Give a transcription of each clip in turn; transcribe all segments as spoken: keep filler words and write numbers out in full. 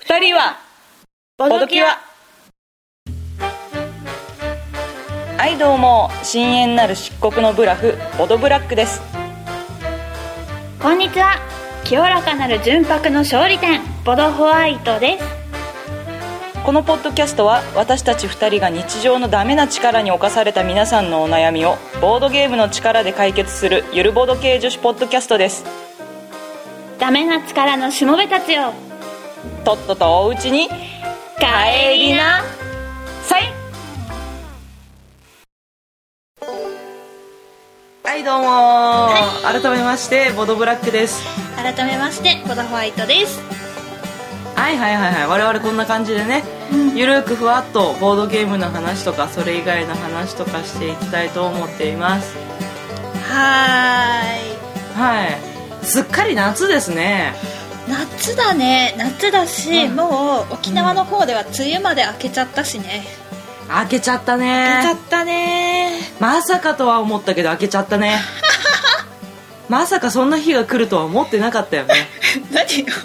二人はボドキュア。はいどうも、深淵なる漆黒のブラフボドブラックです。 こんにちは、清らかなる純白の勝利点ボドホワイトです。 このポッドキャストは私たち二人が日常のダメな力に侵された皆さんのお悩みをボードゲームの力で解決するゆるボド系女子ポッドキャストです。 ダメな力のしもべたちよ、 とっととおうちに帰りなさい。はいどうも、はい、改めましてボドブラックです。 改めましてボドホワイトです。 はいはいはいはい、我々こんな感じでね、うん、ゆるくふわっとボードゲームの話とかそれ以外の話とかしていきたいと思っています。 はーい、 はい、すっかり夏ですね。 夏だね、夏だし、うん、もう沖縄の方では梅雨まで明けちゃったしね。 明けちゃったね。 明けちゃったね。まさかとは思ったけど明けちゃったねまさかそんな日が来るとは思ってなかったよね何よ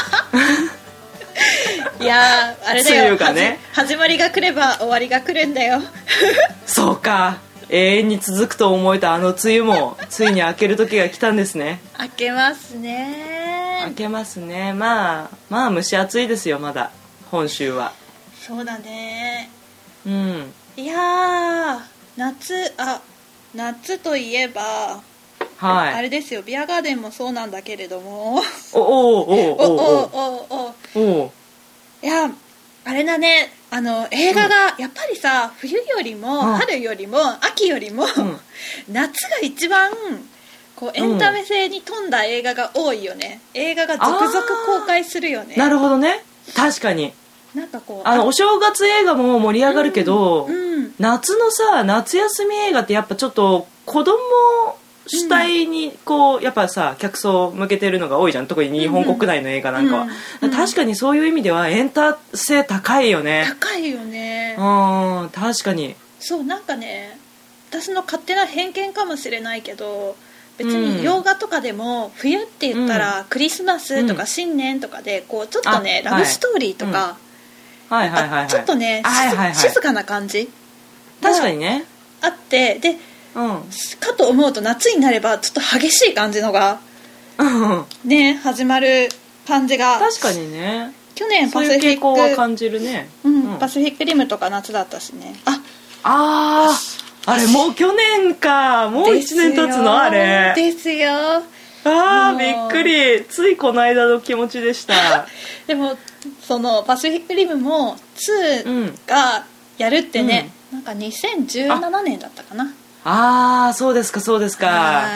いやあれだよ、 梅雨がね、 始まりが来れば終わりが来るんだよそうか、永遠に続くと思えたあの梅雨もついに明ける時が来たんですね。 明けますね。 明けますね。まあまあ蒸し暑いですよ、まだ本州は。 そうだね。 うん。 いや夏、あ夏といえば、 はい、 あれですよ、ビアガーデンもそうなんだけれどもおおおおおおおお、 いやあれだね、あの映画がやっぱりさ、冬よりも春よりも秋よりも、うん、夏が一番こうエンタメ性に富んだ映画が多いよね。映画が続々公開するよね。 なるほどね、確かに。 なんかこう、 あのお正月映画も盛り上がるけど、 うんうん、 夏のさ、夏休み映画ってやっぱちょっと子供主体にこうやっぱさ客層向けてるのが多いじゃん、特に日本国内の映画なんかは、うんうん、確かにそういう意味ではエンタ性高いよね。 高いよね。 うん、確かに。 そう、なんかね、私の勝手な偏見かもしれないけど、別に洋画とかでも冬って言ったらクリスマスとか新年とかでこうちょっとね、ラブストーリーとか、 はいはいはいはい、 ちょっとね、 はいはいはい、 静かな感じ確かにねあって、で、うん、かと思うと夏になればちょっと激しい感じのが、うん、ね、始まる感じが。 確かにね、 去年パシフィック、そういう傾向は感じるね、 うんうん、パシフィックリムとか夏だったしね。あああれもう去年か、もういちねん経つのあれですよ。 あーびっくり、ついこの間の気持ちでしたでもそのパシフィックリムもにがやるってね、うん、なんかにせんじゅうななねんだったかな。 ああ、そうですかそうですか。はい、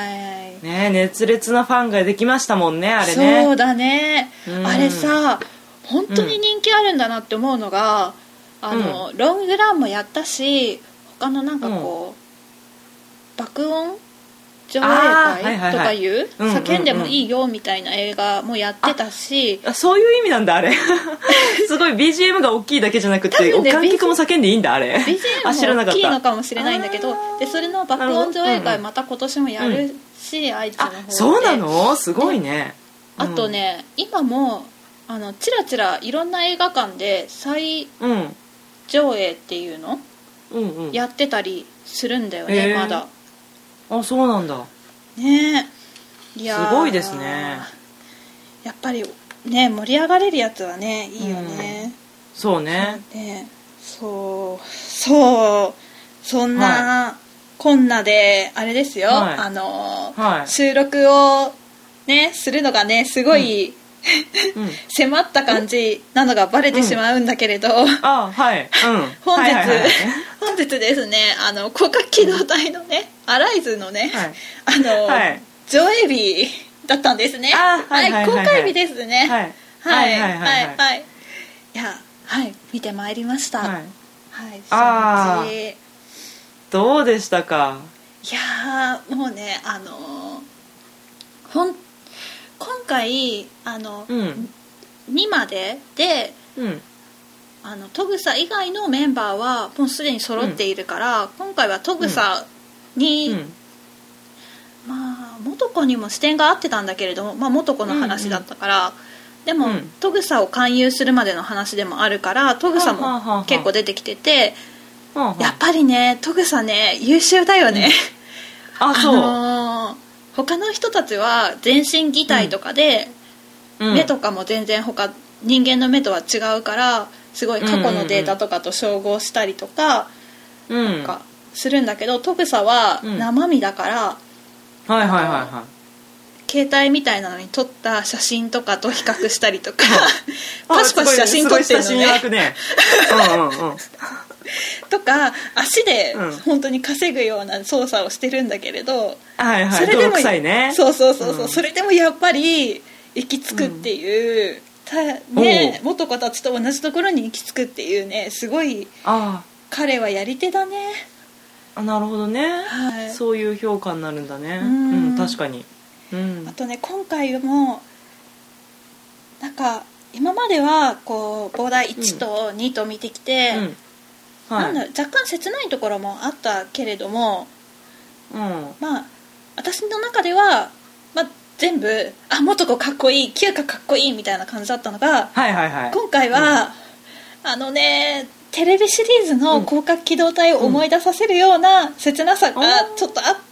ね、熱烈なファンができましたもんね、あれね。 そうだね、うん、あれさ本当に人気あるんだなって思うのが、うん、あのロングランもやったし、他のなんかこう、うん、爆音上映会とかいう、叫んでもいいよみたいな映画もやってたし、 あ、そういう意味なんだあれすごい ビージーエム が大きいだけじゃなくて、ね、お観客も叫んでいいんだあれ。 ビージーエム も大きいのかもしれないんだけど、でそれの爆音上映会また今年もやるし、うん、愛知の方で。 あ、そうなの、すごいね。 あとね、うん、今もあのチラチラいろんな映画館で再上映っていうの、うんうん、やってたりするんだよね、えー、まだ。 あ、そうなんだね。いやすごいですね。 やっぱりね、盛り上がれるやつはね、いいよね、 うん、そうね。 ね、そうそう、そんな、はい、こんなであれですよ、はい、あの、はい、収録をねするのがねすごい、うんうん、迫った感じなのがバレてしまうんだけれど、うん、 あ、はい、うん、 本日、 はいはいはい、 本日ですね、あの広角機動隊のね、うん、アライズのね、はい、あの、はい、上映日だったんですね。 あ、はいはいはいはい、 公開日ですね。 はいはいはいはいはい。いや、はい、見てまいりました。はい。はい、 あー、どうでしたか。 いやもうね、あのほん今回あの、うん、にまでで、うん、あのトグサ以外のメンバーはもうすでに揃っているから、うん、今回はトグサに、うん、まあ元子にも視点が合ってたんだけれども、まあ、元子の話だったから、 でも、 うん、 トグサを勧誘するまでの話でもあるからトグサも結構出てきてて、はあはあ、やっぱりねトグサね優秀だよね、 うん、あそう、 あのー、他の人たちは全身擬態とかで、うん、目とかも全然他人間の目とは違うからすごい過去のデータとかと照合したりとか、うん、なんかするんだけどトグサは生身だから、 うん、はいはいはいはい、 携帯みたいなのに撮った写真とかと比較したりとかパシパシ写真撮ってるのね、 ねうんうん、うん、 とか足で本当に稼ぐような操作をしてるんだけれど、 はいはい、それでもね、 そうそうそうそう、うん、それでもやっぱり行き着くっていう、うん、ね、元子たちと同じところに行き着くっていうね、すごい彼はやり手だね。 あ、なるほどね、はい、そういう評価になるんだね。うん、うん、確かに。うん、あとね今回もなんか今まではこう膨大いちとにと見てきて、うんはい、なんだ若干切ないところもあったけれども、うん、まあ私の中では、まあ、全部あ元子かっこいい旧家かっこいいみたいな感じだったのが、 はいはいはい、 今回は、うん、あのねテレビシリーズの広角機動隊を思い出させるような切なさがちょっとあって、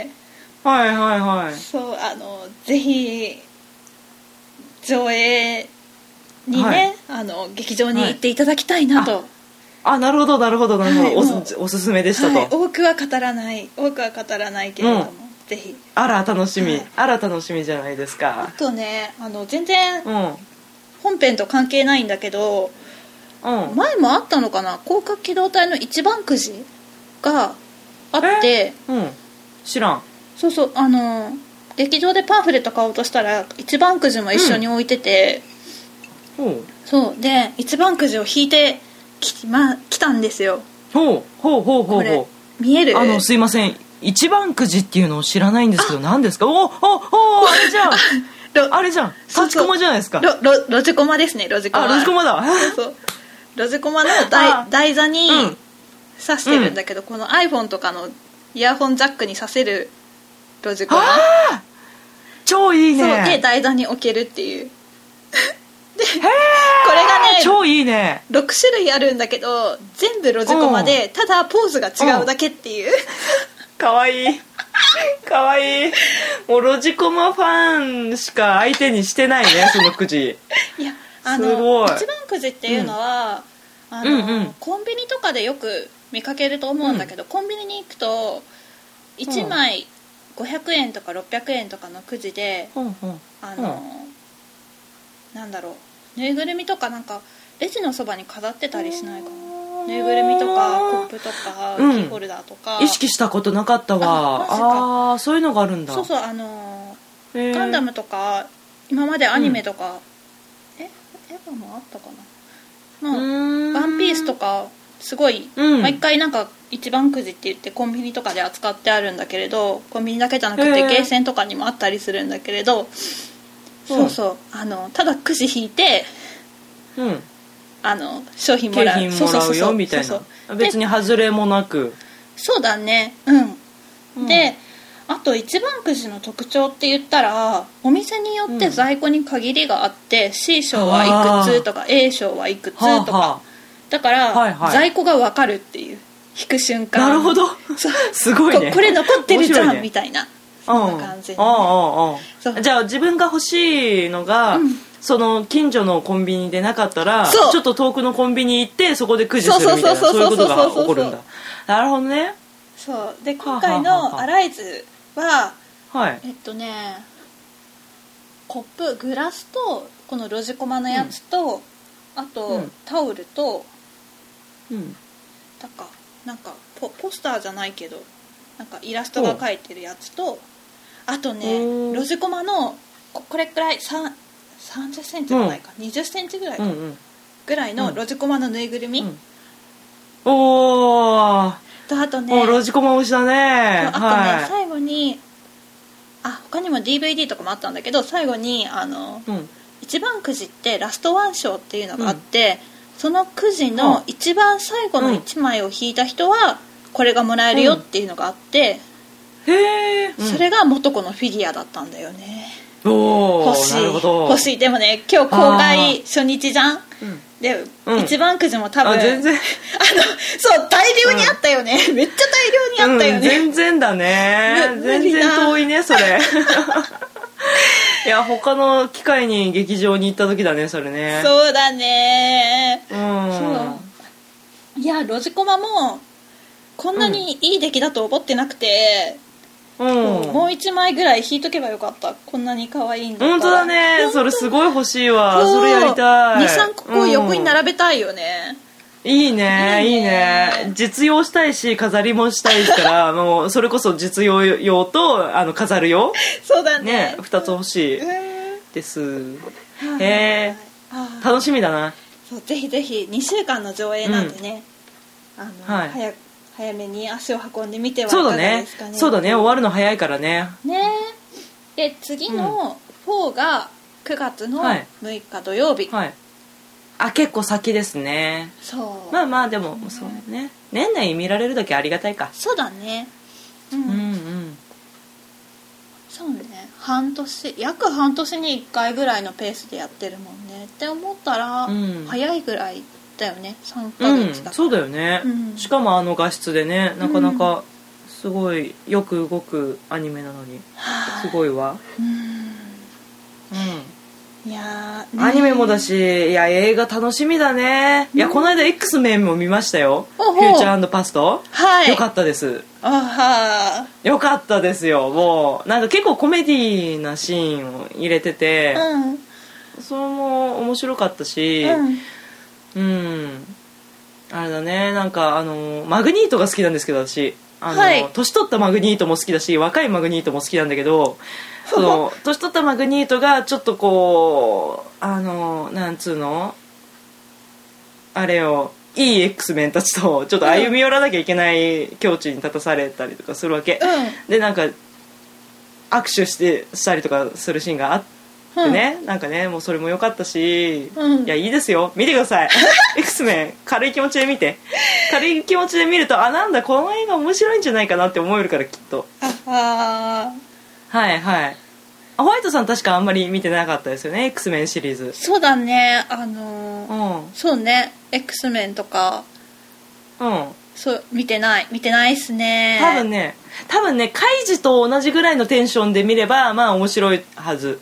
うん、はいはいはい、 そうあのぜひ上映にね、はい、あの劇場に行っていただきたいなと、はい、 あ, あなるほどなるほどなるほど、はい、お, おすすめでしたと、 はい、多くは語らない多くは語らないけれども、うん、ぜひあら楽しみ、はい、あら楽しみじゃないですか。 あとねあの全然本編と関係ないんだけど、うん、前もあったのかな広角機動隊の一番くじがあって、 うん、知らん。 そうそうあの劇場でパンフレット買おうとしたら一番くじも一緒に置いてて、うん、そうで一番くじを引いてき、ま、来たんですよ。 ほうほうほうほうほう、これ見える？ あのすいません一番くじっていうのを知らないんですけど何ですか？おおおあれじゃんあれじゃんタチコマじゃないですか。 ロ, ロ, ロジコマですね。ロジコマ。 あロジコマだそうそうロジコマの 台, 台座に挿してるんだけど、うん、この iPhone とかのイヤホンジャックに挿せるロジコマ超いいね。 そうで台座に置けるっていうでこれがね超いいね。 ろく種類あるんだけど全部ロジコマで、うん、ただポーズが違うだけっていうかわいいかわいい。もうロジコマファンしか相手にしてないねそのくじ。 いやあのすごい一番くじっていうのは、うん、あの、うんうん、コンビニとかでよく見かけると思うんだけど、うん、コンビニに行くといちまいごひゃくえんとかろっぴゃくえんとかのくじで、うんうん、あの、うん、なんだろうぬいぐるみとかなんかレジのそばに飾ってたりしないかな。ぬいぐるみとかコップとかキーホルダーとか、 うん、意識したことなかったわ。ああそういうのがあるんだ。 そうそうあのガンダムとか今までアニメとか、うん、えエヴァもあったかなのワンピースとかすごい、うん、毎回なんか一番くじって言ってコンビニとかで扱ってあるんだけれどコンビニだけじゃなくてゲーセンとかにもあったりするんだけれど、そうそうあのただくじ引いて、うん、あの商品もらう景品もらうよみたいな。そうそう別に外れもなく。 そうだねうん、うん、であと一番くじの特徴って言ったらお店によって在庫に限りがあって、うん、C 賞はいくつとか A 賞はいくつとか、はあはあ、だから、はいはい、在庫が分かるっていう引く瞬間なるほどすごいねこ, これ残ってるじゃん、ね、みたいなそんな感じ、ね、 あああじゃあ自分が欲しいのが、うん、その近所のコンビニでなかったらちょっと遠くのコンビニ行ってそこでくじするみたいなそういうことが起こるんだ。なるほどね。 そうで今回のアライズは、 はい、 えっとねコップグラスとこのロジコマのやつと、うん、あと、うん、タオルと、うん、なんかなんか ポ, ポスターじゃないけどなんかイラストが描いてるやつとあとねロジコマの こ, これくらいさんじゅっセンチぐらいか、うん、にじゅっセンチぐらいか、うんうん、ぐらいのロジコマのぬいぐるみ、うん、 おーとあとねおロジコマ推しだね。 あとね、はい、最後にあ他にも ディーブイディー とかもあったんだけど最後にあの、うん、一番くじってラストワン賞っていうのがあって、うん、そのくじの一番最後のいちまいを引いた人はこれがもらえるよっていうのがあって、 うん、へー、 それが元子のフィギュアだったんだよね。 お欲しいなるほど。 欲しい。でもね今日公開初日じゃん、うん、で、うん、一番くじも多分あ全然あのそう大量にあったよね、うん、めっちゃ大量にあったよね、 うん、全然だね全然遠いねそれいや他の機会に劇場に行った時だねそれね。 そうだね、 うん、 そういやロジコマもこんなにいい出来だと思ってなくて、うん、もう一枚ぐらい引いとけばよかった。こんなに可愛いんだから。 本当だね。それすごい欲しいわ。それやりたい。 にさんここう横に並べたいよね、 うん、いいねいいね。実用したいし飾りもしたいからもうそれこそ実用用とあの飾る用そうだ ね, ねふたつ欲しいです、へえ楽しみだな。 そうぜひぜひにしゅうかんの上映なんでね、うん、あの、はい、早く早めに足を運んでみてはいかがですかね。 そうだね、そうだね、終わるの早いからね。 ねで次のフォーがくがつのむいか土曜日、 はいはい、あ結構先ですね。 そうまあまあでもそうね、年内見られるだけありがたいか。 そうだね、うん、うんうんそうね、半年約半年にいっかいぐらいのペースでやってるもんねって思ったら、うん、早いぐらいだよね。さんかげつだから、 うん、そうだよね、うん、しかもあの画質でねなかなかすごいよく動くアニメなのに、すごいわ、うん、 うん、いやー、ね、アニメもだし、いや映画楽しみだね、うん、いやこの間 X メンも見ましたよ、フューチャー&パスト、はい、よかったです。 あはよかったですよ。もうなんか結構コメディなシーンを入れてて、うん、それも面白かったし、うん、うん、あれだね、なんかあのマグニートが好きなんですけど私あの、はい、年取ったマグニートも好きだし若いマグニートも好きなんだけどその年取ったマグニートがちょっとこうあのなんつうのあれをいい X メンたちとちょっと歩み寄らなきゃいけない境地に立たされたりとかするわけ、うん、でなんか握手してしたりとかするシーンがあってね、うん、なんかねもうそれも良かったし、うん、いやいいですよ見てくださいX メン軽い気持ちで見て軽い気持ちで見るとあなんだこの映画面白いんじゃないかなって思えるからきっと。あはいはいホワイトさん確かあんまり見てなかったですよね X メンシリーズ。 そうだねあのーうん、そうね X メンとかうんそう見てない見てないっすね。 多分ね多分ねカイジと同じぐらいのテンションで見ればまあ面白いはず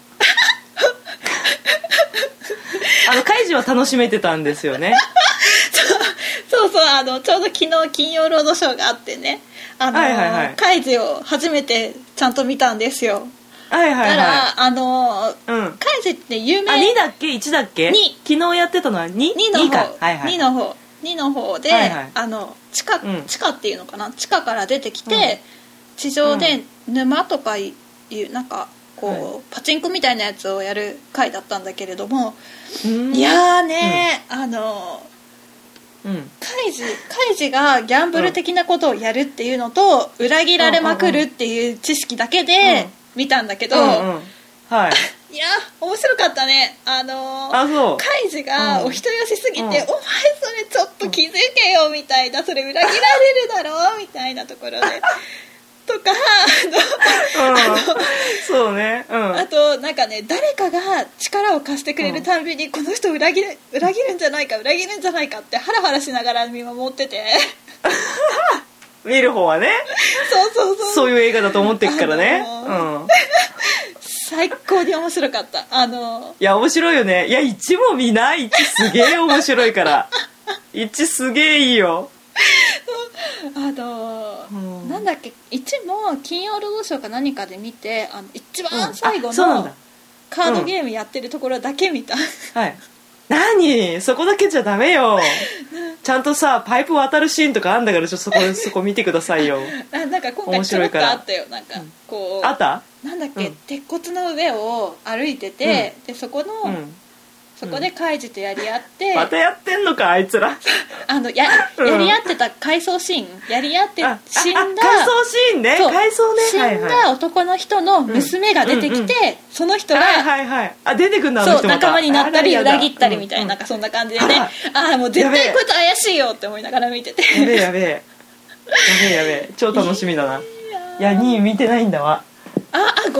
あのカイジは楽しめてたんですよねそうそうそうあのちょうど昨日金曜ロードショーがあってねあの、はいはいはい、カイジを初めてちゃんと見たんですよ。はいはいはい、だからあのーうん、カイジって有名。 あにだっけいちだっけに昨日やってたのは に? にの方か、はいはい、にの方にの方で、はいはい、あの地下、うん、地下っていうのかな地下から出てきて、うん、地上で沼とかいうなんかこう、はい、パチンコみたいなやつをやる回だったんだけれども、いやーね、うん、あのうん、カイジカイジがギャンブル的なことをやるっていうのと、うん、裏切られまくるっていう知識だけで見たんだけど、うんうんうん、はいいや面白かったね。あのー、あそうカイジがお人よしすぎて、うん、お前それちょっと気づけよみたいな、それ裏切られるだろみたいなところでとかあの、うん、あのそうね、うん、 あとなんかね誰かが力を貸してくれるたんびに、うん、この人裏切る裏切るんじゃないか裏切るんじゃないかってハラハラしながら見守ってて見る方はねそうそうそうそういう映画だと思ってるからね、あのーうん、 最高に面白かった。あのいや面白いよね。いやいちも見ない。いちすげえ面白いからいちすげえいいよあの、うん、なんだっけいちも金曜ロードショーか何かで見てあの一番最後のカードゲームやってるところだけ見た、うん、 はい何そこだけじゃダメよちゃんとさパイプ渡るシーンとかあんだからちょっとそこそこ見てくださいよな, なんか今回ちょろっとあったよなんかこう、 あったなんだっけ、うん、鉄骨の上を歩いてて、うん、でそこの、うんそこでカイジとやり合って、 うん、またやってんのかあいつらあの や, やり合ってた回想シーンやり合って死んだ回想シーンね回想ね死んだ男の人の娘が出てきて、うんうんうん、その人が、 はいはいはい、あ出てくんだあの人またそう仲間になったり裏切ったりみたいな、うん、なんかそんな感じでね、ああもう絶対こいつ怪しいよって思いながら見ててやべえやべえやべえやべえ超楽しみだな。いやにい見てないんだわ。 ああごあ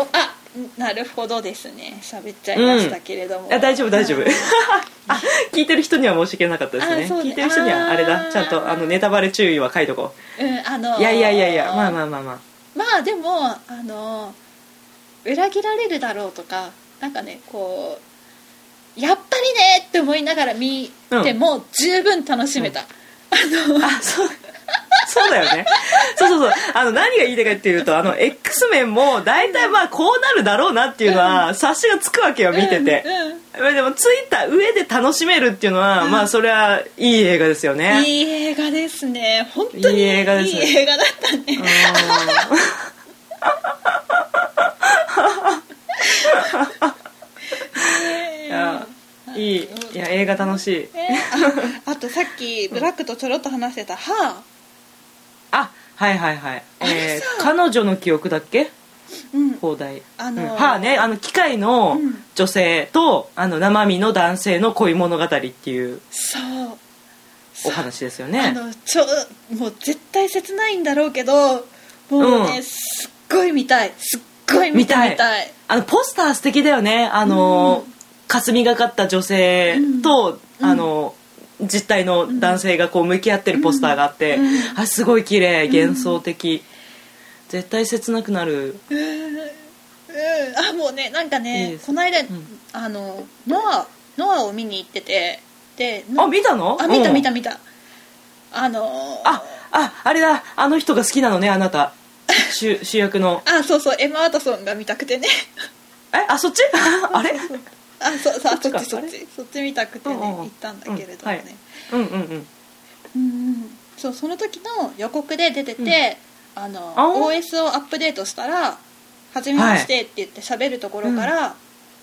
なるほどですね。喋っちゃいましたけれども、 うん、あ大丈夫大丈夫あ聞いてる人には申し訳なかったですね。ね聞いてる人にはあれだ、ちゃんとあのネタバレ注意は書いとこう、うんあのー、いやいやいやいやまあまあまあまあまあでもあの裏切られるだろうとかなんかねこうやっぱりねって思いながら見ても十分楽しめた、うんうん、あのあそうそうだよねそうそうそうあの何が言いたいかっていうとあの X メンも大体まあこうなるだろうなっていうのは察しがつくわけよ見てて、うんうん、でもついた上で楽しめるっていうのは、うん、まあそれはいい映画ですよね。 いい映画ですね本当にいい映画ですね。いい映画だったねいやいいいや映画楽しい、 えー、あ, あとさっきブラックとちょろっと話してたハーあはいはいはい、えー、彼女の記憶だっけ、うん、放題あのーうん、はあねあの機械の女性と、うん、あの生身の男性の恋物語っていうそうお話ですよね。 あのちょもう絶対切ないんだろうけどもうね、うん、すっごい見たいすっごい見てみたい。 あのポスター素敵だよね。あの、うん、霞がかった女性と、うん、あの実体の男性がこう向き合ってるポスターがあって、うんうん、あすごい綺麗幻想的、うん、絶対切なくなる、うんうん、 あもうねなんかねこの間、うん、あのノアノアを見に行っててであ見たのあ見た見た見たあのー、 あああれだあの人が好きなのねあなた主, 主役のあそうそうエマ・ワトソンが見たくてねえあそっちあれあそそうそっちそっちそっち見たくてね、うんうん、行ったんだけれどもね、 うんはい、うんうんうんうんそうその時の予告で出てて、うん、あの オーエス をアップデートしたら初めましてって言って喋るところから、はい、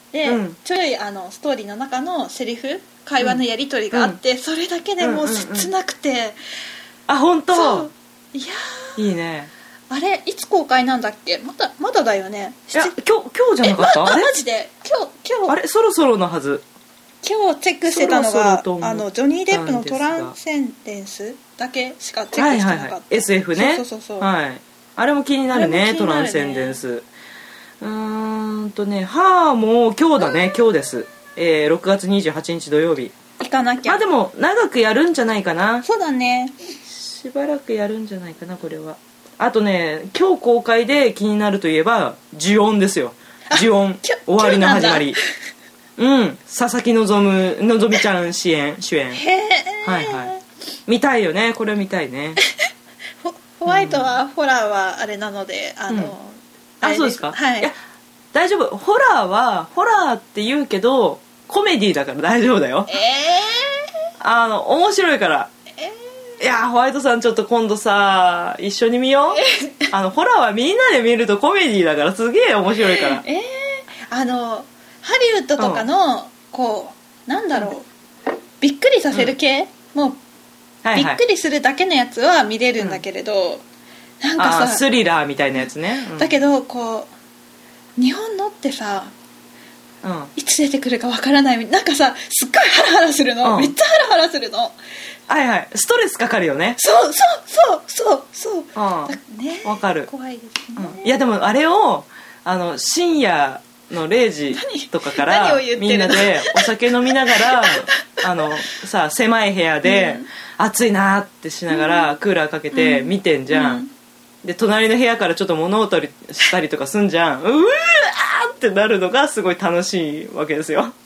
で、うん、ちょいあのストーリーの中のセリフ会話のやり取りがあって、うん、それだけでもう切なくて、うんうんうん、 あ本当そういやいいね。 あれいつ公開なんだっけ。まだまだだよね。 いや今日今日じゃなかった。 ま、あマジで今日今日あれそろそろのはず。 今日チェックしてたのがそろそろあのジョニー・デップのトランセンデンスだけしかチェックしてなかった、はいはいはい、 エスエフ ね。そうそうそうそう、はい、あれも気になる ね, ねトランセンデンス。うーんとねハーも今日だね今日です、えー、ろくがつにじゅうはちにち土曜日行かなきゃ。 まあでも長くやるんじゃないかな。 そうだねしばらくやるんじゃないかなこれは。あとね今日公開で気になるといえば呪音ですよ。呪音終わりの始まりうん佐々木希希ちゃん主演主演へーはいはい見たいよねこれ見たいねホワイトは、うん、ホラーはあれなのであの、うん、 あそうですか、 はい、 いや大丈夫ホラーはホラーって言うけどコメディだから大丈夫だよ。えー、あの面白いから、えー、いやホワイトさんちょっと今度さ一緒に見ようあのホラーはみんなで見るとコメディだからすげえ面白いから。 えー、あのハリウッドとかの、うん、こうなんだろう、うん、びっくりさせる系、うん、もう、はいはい、びっくりするだけのやつは見れるんだけれど、うん、なんかさスリラーみたいなやつね、 うん、だけどこう日本のってさ、うん、いつ出てくるかわからないなんかさすっごいハラハラするの、うん、めっちゃハラハラするの。 はいはいストレスかかるよね。 そうそうそうそうそう、 うんね、わかる。 怖いですね、 うん、いやでもあれをあの深夜のれいじとかからみんなでお酒飲みながらあのさ狭い部屋で、うん、暑いなってしながら、うん、クーラーかけて見てんじゃん、うん、で隣の部屋からちょっと物音したりとかすんじゃん。うわーってなるのがすごい楽しいわけですよ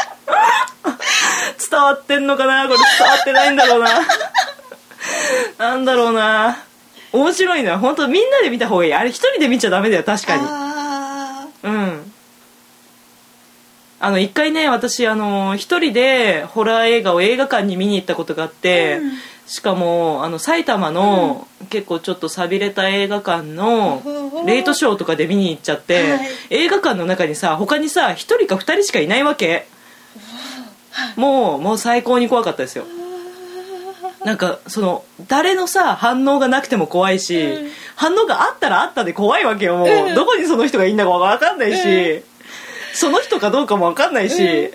伝わってんのかなこれ。伝わってないんだろうななんだろうな面白いのは本当みんなで見た方がいい。あれ一人で見ちゃダメだよ確かに。あうんあの一回ね私あの一人でホラー映画を映画館に見に行ったことがあって、うん、しかもあの埼玉の、うん、結構ちょっと寂れた映画館のレイトショーとかで見に行っちゃって、はい、映画館の中にさ他にさ一人か二人しかいないわけ。もうもう最高に怖かったですよ。なんかその誰のさ反応がなくても怖いし、うん、反応があったらあったで怖いわけよ。もう、うん、どこにその人がいいんだか分かんないし、うんその人かどうかも分かんないし、うん、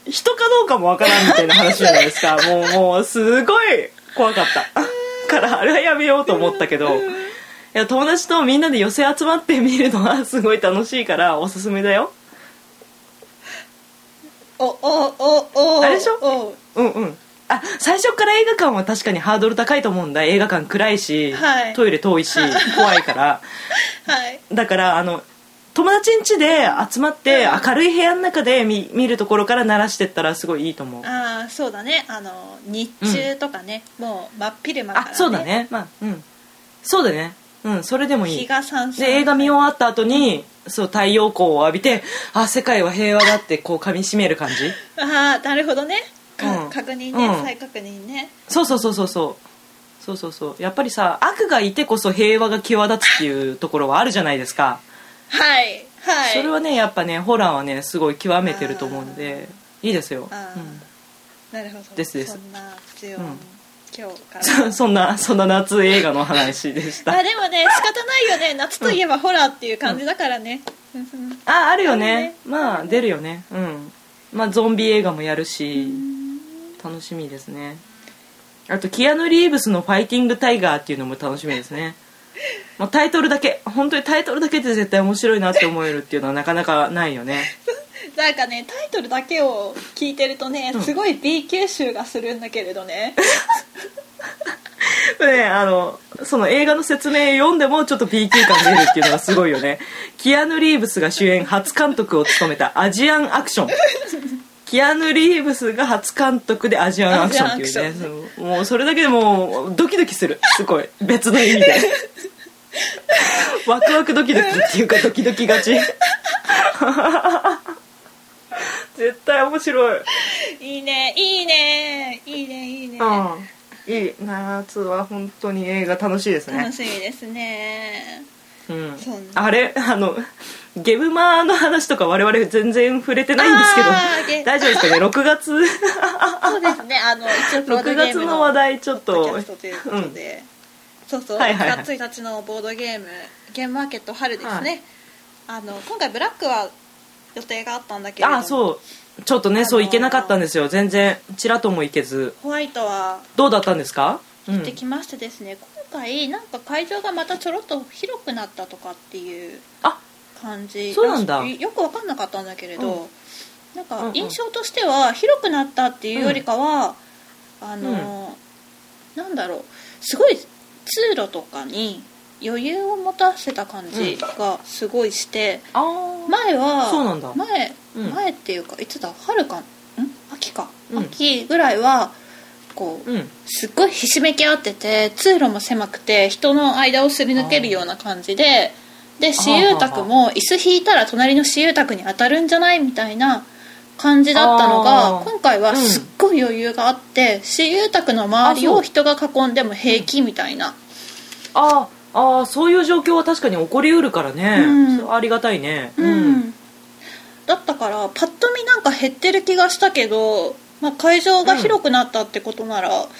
人かどうかも分からんみたいな話じゃないですかもうもうすごい怖かったからあれはやめようと思ったけど、 いや友達とみんなで寄せ集まって見るのはすごい楽しいからおすすめだよ。 おおおおあれでしょ。 おうんうん。あ、最初から映画館は確かにハードル高いと思うんだ。映画館暗いし、 はい、 トイレ遠いし怖いからはいだからあの友達ん家で集まって明るい部屋の中で 見, 見るところから鳴らしてったらすごいいいと思う。 ああそうだね、あの日中とかね、うん、もう真っ昼間からね。 あ、そうだね、まあうんそうだね、うんそれでもいい。 日がさんさんで映画見終わった後にそう太陽光を浴びて、あ世界は平和だってこう噛み締める感じ。 ああなるほどね、かうん確認ね、 うん再確認ね。 そうそうそうそうそうそうそうそうやっぱりさ悪がいてこそ平和が際立つっていうところはあるじゃないですか。 はいはい。 それはねやっぱねホラーはねすごい極めてると思うのでいいですよ。 あ、 うん、 なるほどですです。 そんな必要、 うん、 今日からそ, そんなそんな夏映画の話でした。 あでもね仕方ないよね、夏といえばホラーっていう感じだからね、うん、 ああるよね、 ねまあ出るよね。うんまあゾンビ映画もやるし楽しみですね。あとキアヌ・リーブスのファイティングタイガーっていうのも楽しみですね。もうタイトルだけ本当にタイトルだけで絶対面白いなって思えるっていうのはなかなかないよね。 なんかねタイトルだけを聞いてるとねすごい B 級集がするんだけれどね、 うん、ねあのその映画の説明読んでもちょっと B 級感出るっていうのがすごいよね。キアヌ・リーブスが主演初監督を務めたアジアンアクション。キアヌ・リーブスが初監督でアジアンアクションっていうね、もうそれだけでもうドキドキする、すごい別の意味でワクワクドキドキっていうかドキドキがち絶対面白い。 いいねいいねいいねいいね、 うん、いい夏は本当に映画楽しいですね。 楽しみですね。 うん、 そうね、 あれあのゲブマの話とか我々全然触れてないんですけど大丈夫ですかね。ろくがつそうですね、あの一応ボードゲームのろくがつの話題ちょっとポッドキャストということで、うん、そうそう、 はいはいはい、 ろくがつついたちのボードゲームゲームマーケット春ですね、はい、あの今回ブラックは予定があったんだけれども、 あそうちょっとね、あのー、そう行けなかったんですよ。全然ちらとも行けず。 ホワイトはどうだったんですか。 行ってきましてですね、うん、今回なんか会場がまたちょろっと広くなったとかっていう感じ。 そうなんだ。 よく分かんなかったんだけれど、うん、なんか印象としては広くなったっていうよりかは、うん、あの、うん、なんだろう、すごい通路とかに余裕を持たせた感じがすごいして、うん、前はそうなんだ。 前、うん、前っていうかいつだ、春かん秋か、うん、秋ぐらいはこう、うん、すっごいひしめき合ってて通路も狭くて人の間をすり抜けるような感じで、で私有宅も椅子引いたら隣の私有宅に当たるんじゃないみたいな感じだったのが、今回はすっごい余裕があって、うん、私有宅の周りを人が囲んでも平気みたいな。 ああ、そういう状況は確かに起こりうるからね、うん、ありがたいね、 うんうん、だったからパッと見なんか減ってる気がしたけど、まあ、会場が広くなったってことなら、うん、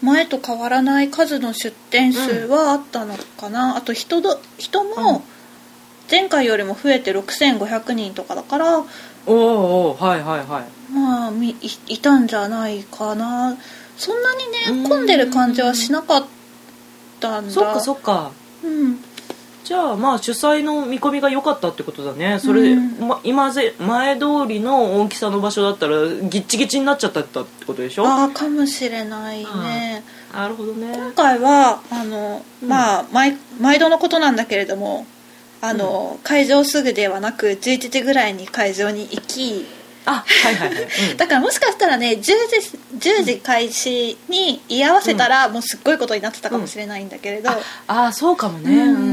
前と変わらない数の出店数はあったのかな、うん、あと 人, ど人も前回よりも増えてろくせんごひゃくにんとかだから、 おおはいはいはい、 まあ い, いたんじゃないかな。そんなにね混んでる感じはしなかったんだ。 そっかそっか、 うん、 じゃあまあ主催の見込みが良かったってことだね。それで、うんま、今ぜ前通りの大きさの場所だったらギッチギチになっちゃったってことでしょ。 ああかもしれないね。 なるほどね。 今回はあの、うん、まあ 毎, 毎度のことなんだけれども、あの、うん、会場すぐではなくじゅういちじぐらいに会場に行き、 あはいはいはい、 うん、だからもしかしたらねじゅうじ開始に居合わせたら、うん、もうすっごいことになってたかもしれないんだけれど、うん、 ああそうかもね、うんうんうん、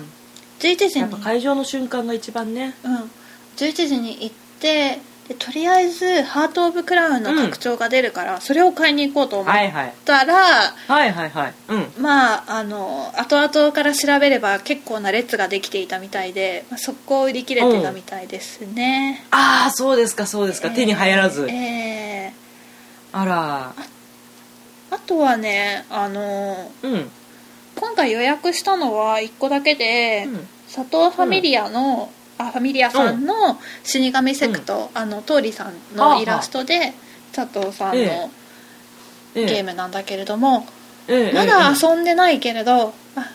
じゅういちじにやっぱ会場の瞬間が一番ね、 うん、じゅういちじに行ってでとりあえずハート・オブ・クラウンの拡張が出るから、うん、それを買いに行こうと思ったら、 はいはい、はいはいはい、うん、 まああの後々から調べれば結構な列ができていたみたいで、まあ、速攻売り切れてたみたいですね、 うん、ああそうですかそうですか、えー、手に入らず、 えー、 あら あ, あとはねあの、 うん、 今回予約したのはいっこだけで、うん、佐藤ファミリアの、うんあファミリアさんの死神セクト、うん、あのトーリさんのイラストで佐藤さんのゲームなんだけれども、えええ、まだ遊んでないけれど、まあ、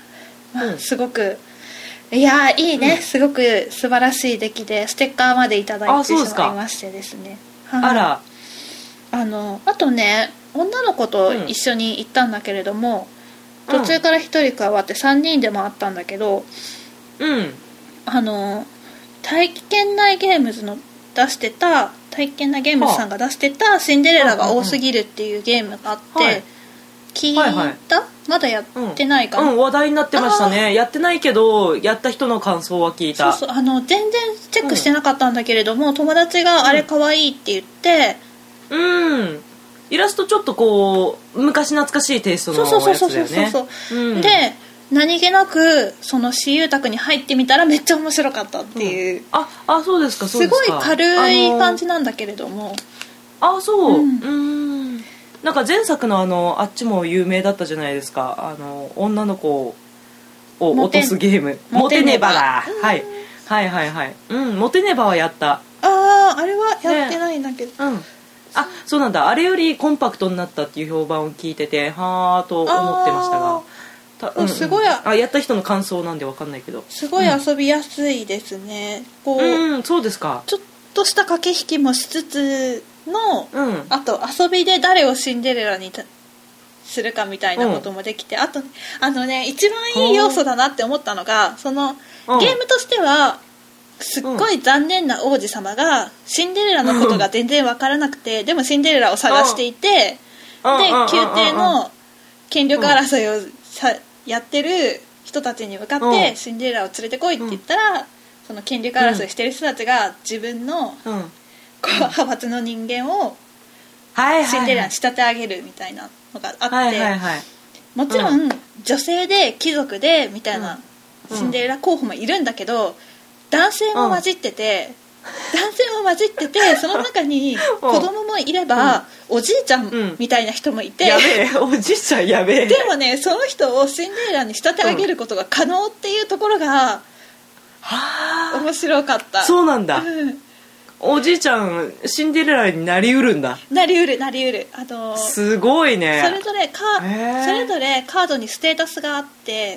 まあうんすごくいやいいね、 うんすごく素晴らしい出来でステッカーまでいただいてしあそうですかまいましてですね。はいあらあのあとね女の子と一緒に行ったんだけれども、 うん途中からひとり加わってさんにんで回ったんだけど、 うんあの体験内ゲームズの出してた体験内ゲームズさんが出してたシンデレラが多すぎるっていうゲームがあって、 はい聞いた、 はいはいまだやってないかな、 うん、話題になってましたね。やってないけどやった人の感想は聞いた。 そうそうあの全然チェックしてなかったんだけれども、友達があれ可愛いって言って、 うんイラストちょっとこう昔懐かしいテイストのそうそうやつそうそうだよそうそう、 ね。うんで何気なくその私有宅に入ってみたらめっちゃ面白かったっていう、 うん、ああそうですかそうすですかごい軽い感じなんだけれども、 あそうううんんなんか前作のあのあっちも有名だったじゃないですか、あの女の子を落とすゲームモテネバだ、はい、はいはいはいうんモテネバはやった。 あああれはやってないんだけど、 うんあそうなんだ、あれよりコンパクトになったっていう評判を聞いててはーと思ってましたがた、うんうん、 すごいあやった人の感想なんで分かんないけどすごい遊びやすいですね、こう、 うん、そうですか。 ちょっとした駆け引きもしつつの、 うん、 あと遊びで誰をシンデレラにするかみたいなこともできて、うん、あとあのね一番いい要素だなって思ったのがそのゲームとしてはすっごい残念な王子様がシンデレラのことが全然分からなくて、でもシンデレラを探していて、で宮廷の権力争いをさやってる人たちに向かってシンデレラを連れてこいって言ったら、その権力争いしてる人たちが自分のこう派閥の人間をシンデレラに仕立て上げるみたいなのがあって、もちろん女性で貴族でみたいなシンデレラ候補もいるんだけど、男性も混じってて、うん、男性も混じっててその中に子供もいれば、うん、おじいちゃんみたいな人もいて、 うん、やべえおじいちゃんやべえ。 でもねその人をシンデレラに仕立て上げることが可能っていうところが、うん、面白かった。 そうなんだ、 うん、 おじいちゃんシンデレラになりうるんだ。 なりうるなりうるあのすごいね。 それぞれカそれぞれカードにステータスがあって、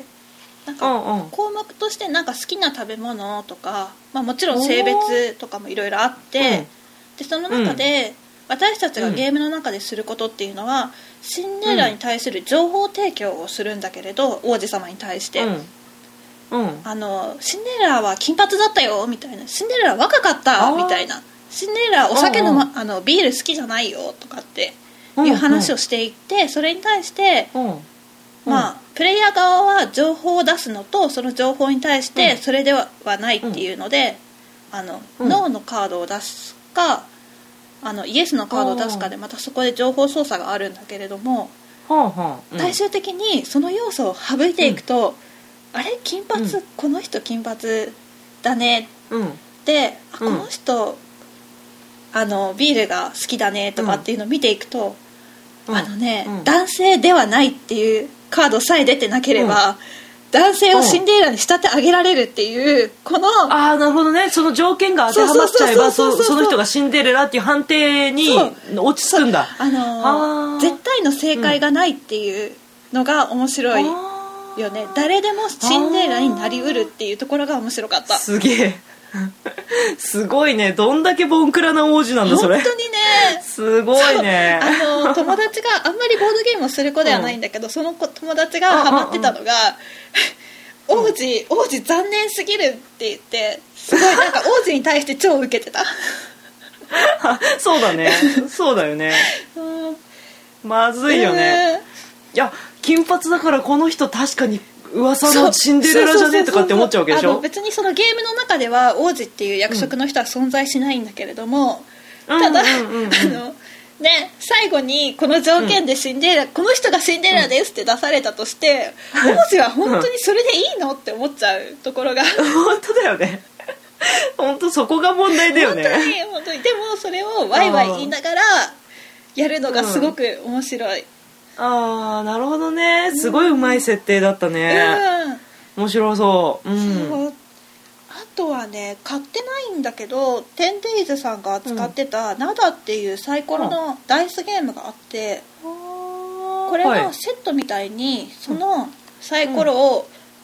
なんか項目としてなんか好きな食べ物とか、まあ、もちろん性別とかもいろいろあって、うん、でその中で私たちがゲームの中ですることっていうのは、うん、シンデレラに対する情報提供をするんだけれど、王子様に対して、うんうん、あのシンデレラは金髪だったよみたいな、シンデレラ若かったみたいな、シンデレラお酒の、ま、あのビール好きじゃないよとかっていう話をしていって、それに対して、うんまあ、プレイヤー側は情報を出すのとその情報に対してそれではないっていうので、うん、あのうん、ノーのカードを出すかあのイエスのカードを出すかでまたそこで情報操作があるんだけれども、うん、最終的にその要素を省いていくと、うん、あれ金髪、うん、この人金髪だね、うん、であこの人、あのビールが好きだねとかっていうのを見ていくと、あのね、男性ではないっていうカードさえ出てなければ、うん、男性をシンデレラに仕立て上げられるっていうこのああなるほどね、その条件が当てはまっちゃえばその人がシンデレラっていう判定に落ち着くんだ。 あのー、絶対の正解がないっていうのが面白いよね、うん、誰でもシンデレラになりうるっていうところが面白かった。 すげえすごいね、どんだけボンクラな王子なんだそれ。 本当にねすごいね。 あの友達があんまりボードゲームをする子ではないんだけど、うん、その子友達がハマってたのが、うんうんうん、王子王子残念すぎるって言ってすごいなんか王子に対して超受けてたそうだねそうだよね、うん、まずいよね、いや金髪だからこの人確かに噂のシンデレラじゃねとかって思っちゃうわけでしょ。 別にそのゲームの中では王子っていう役職の人は存在しないんだけれども、うん、ただ、うんうんうん、あのね、最後にこの条件でシンデレラ、うん、この人がシンデレラですって出されたとして、うん、王子は本当にそれでいいのって思っちゃうところが本当だよね本当そこが問題だよね。 本当に本当に。でもそれをワイワイ言いながらやるのがすごく面白い、うんあーなるほどね、すごいうまい設定だったね、うん、面白そう、うん、そう。 あとはね買ってないんだけどテンデイズさんが使ってたナダっていうサイコロのダイスゲームがあって、うん、これはセットみたいにそのサイコロを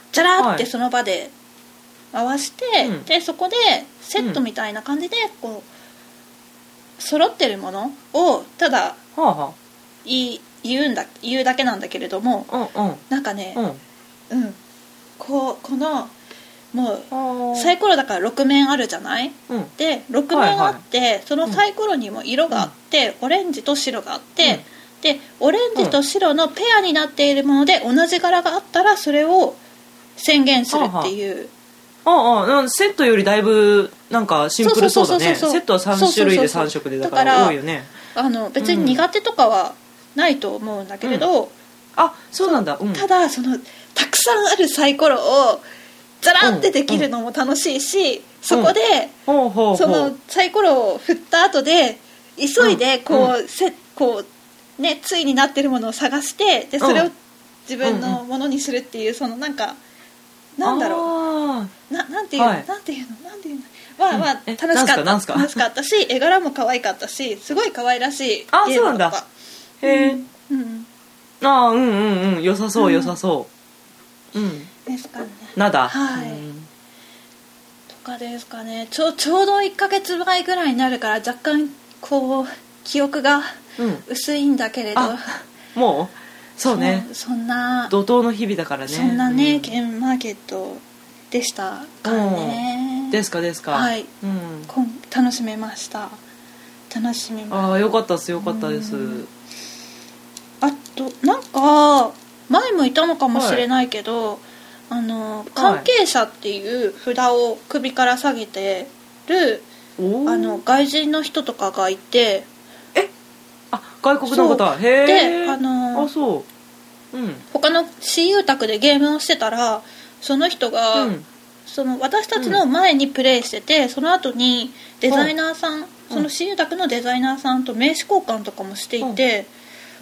ジャラってその場で回して、 はい、 でそこでセットみたいな感じでこう揃ってるものをただ言い言うんだ言うだけなんだけれども、 うんうん、 なんかね、 うんうん、こうこのもうサイコロだからろく面あるじゃない、うん、でろく面あって、はいはい、そのサイコロにも色があって、うん、オレンジと白があって、うん、でオレンジと白のペアになっているもので同じ柄があったらそれを宣言するっていう。 ああああ、セットよりだいぶなんかシンプルそうだね。セットはさん種類でさん色でだから多いよね。 あの別に苦手とかはないと思うんだけれど、うん、 あ、そうなんだ、うん、 ただそのたくさんあるサイコロをザランってできるのも楽しいし、うん、そこで、うん、そのサイコロを振った後で急いでこう、うん、せこうね対になってるものを探してでそれを自分のものにするっていう、そのなんかなんだろう な, なんていうの、はい、なんていうのなんていうのまあまあ楽しかった楽しかったし絵柄も可愛かったしすごい可愛らしいゲームとか。 へえ、うんうん、ああうんうんうん良さそう良さそう、うん、 ですかね。 なだはい、うん、とかですかね。ちょちょうどいっかげつまえぐらいになるから若干こう記憶が薄いんだけれど、 うん、もうそうねそ, そんな怒涛の日々だからね。 そんなね、うん、ゲームマーケットでしたからね、 うん、ですかですか。 はい、 うん、 こん楽しめました楽しめました。 ああよかったですよかったです、うん、 あとなんか前もいたのかもしれないけど、はい、あの関係者っていう札を首から下げてる、はい、あの外人の人とかがいて、 えあ外国の方へえ。 であのあそう、うん、 他の私有宅でゲームをしてたらその人が、うん、その私たちの前にプレイしてて、うん、その後にデザイナーさん、うん、その私有宅のデザイナーさんと名刺交換とかもしていて、うん、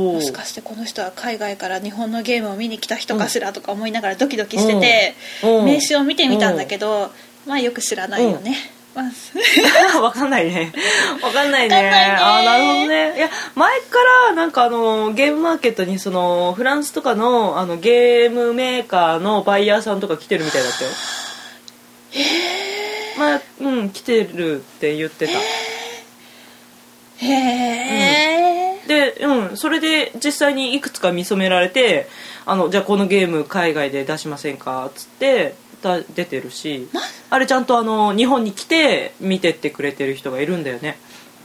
もしかしてこの人は海外から日本のゲームを見に来た人かしらとか思いながらドキドキしてて、うん、名刺を見てみたんだけど、まあよく知らないよね。 わかんないねわかんないね。あなるほどね。いや前からなんかあのゲームマーケットにそのフランスとか の, あのゲームメーカーのバイヤーさんとか来てるみたいだったよ。 へえ。 まあうん来てるって言ってた。 へえ、 うん、で、うん、それで実際にいくつか見初められてあのじゃあこのゲーム海外で出しませんかっつって出てるし、あれちゃんとあの日本に来て見てってくれてる人がいるんだよね。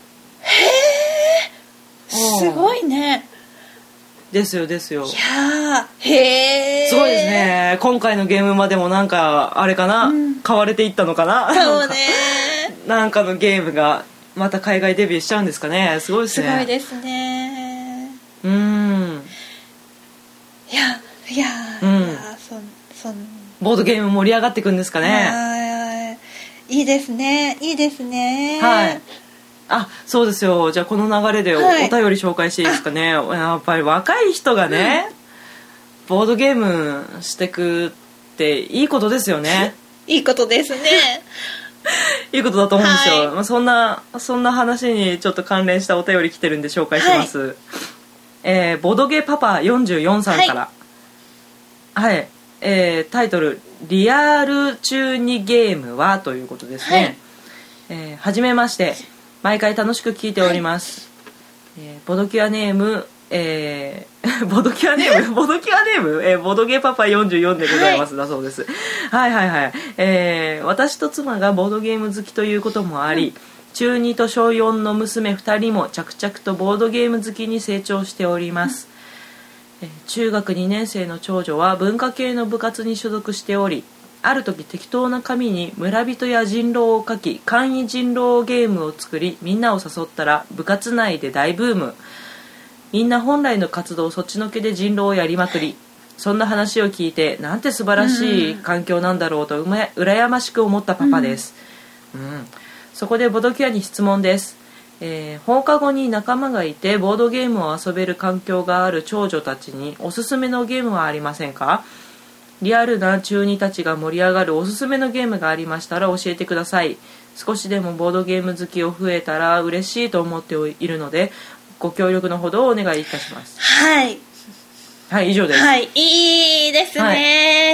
へえすごいね。 ですよですよ。 いやへえすごいですね。今回のゲームまでもなんかあれかな、うん、買われていったのかな。 そうねなんかのゲームがまた海外デビューしちゃうんですかね。すごいですね。 すごいですね。 うーんいやいや、うん、いやそそんボードゲーム盛り上がっていくんですかね。いいですねいいですね。 はいあそうですよ。じゃあこの流れで お,、はい、お便り紹介していいですかね。やっぱり若い人がね、うん、ボードゲームしてくっていいことですよね。 いいことですねいいことだと思うんですよ、はいまあ、そんなそんな話にちょっと関連したお便り来てるんで紹介します、はいえー、ボドゲパパよんじゅうよんさんからはい、はいえー、タイトルリアル中にゲームはということですね、はいえー、はじめまして毎回楽しく聞いております、はいえー、ボドキュアネーム、えー、ボドキュアネームボドキュアネーム、えー、ボドゲパパよんじゅうよんでございます、はい、だそうです。はいはいはい、えー、私と妻がボードゲーム好きということもあり、うん、中にとしょうよんの娘ふたりも着々とボードゲーム好きに成長しております、うん、えー、中学にねん生の長女は文化系の部活に所属しており、ある時適当な紙に村人や人狼を書き簡易人狼ゲームを作りみんなを誘ったら部活内で大ブーム。みんな本来の活動をそっちのけで人狼をやりまくり、そんな話を聞いてなんて素晴らしい環境なんだろうとうま羨ましく思ったパパです、うんうん、そこでボドキュアに質問です、えー、放課後に仲間がいてボードゲームを遊べる環境がある長女たちにおすすめのゲームはありませんか？リアルな中にたちが盛り上がるおすすめのゲームがありましたら教えてください。少しでもボードゲーム好きを増えたら嬉しいと思っているのでご協力のほどをお願いいたします。 はいはい以上です。 はいいいですね、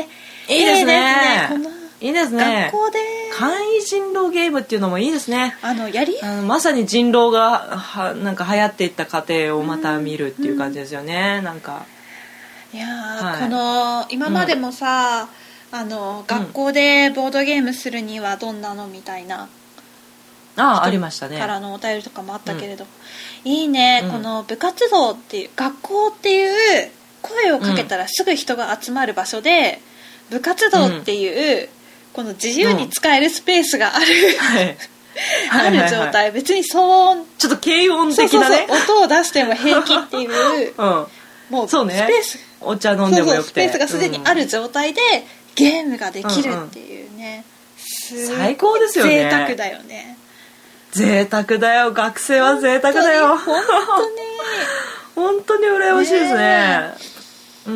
いいですね、 いいですね、 いいですね。 学校で簡易人狼ゲームっていうのもいいですね。 あのやりあのまさに人狼がはなんか流行っていった過程をまた見るっていう感じですよね、うん、なんかいや、 はい、 この今までもさ、うん、あの学校でボードゲームするにはどんなのみたいな、 うん、あありましたねからのお便りとかもあったけれど、うん、いいね、うん、この部活動っていう学校っていう声をかけたらすぐ人が集まる場所で、うん、部活動っていう、うん、この自由に使えるスペースがある、うんはいある状態、はいはいはい、別に騒音ちょっと軽音的なね、 そうそうそう音を出しても平気っていう、うん、もうスペース、ね、 お茶飲んでもよくて、 そうそうスペースがすでにある状態で、うん、ゲームができるっていうね、 うんうん、最高ですよね。 贅沢だよね。 贅沢だよ、学生は贅沢だよ、 本当に本当に羨ましいですね。うん、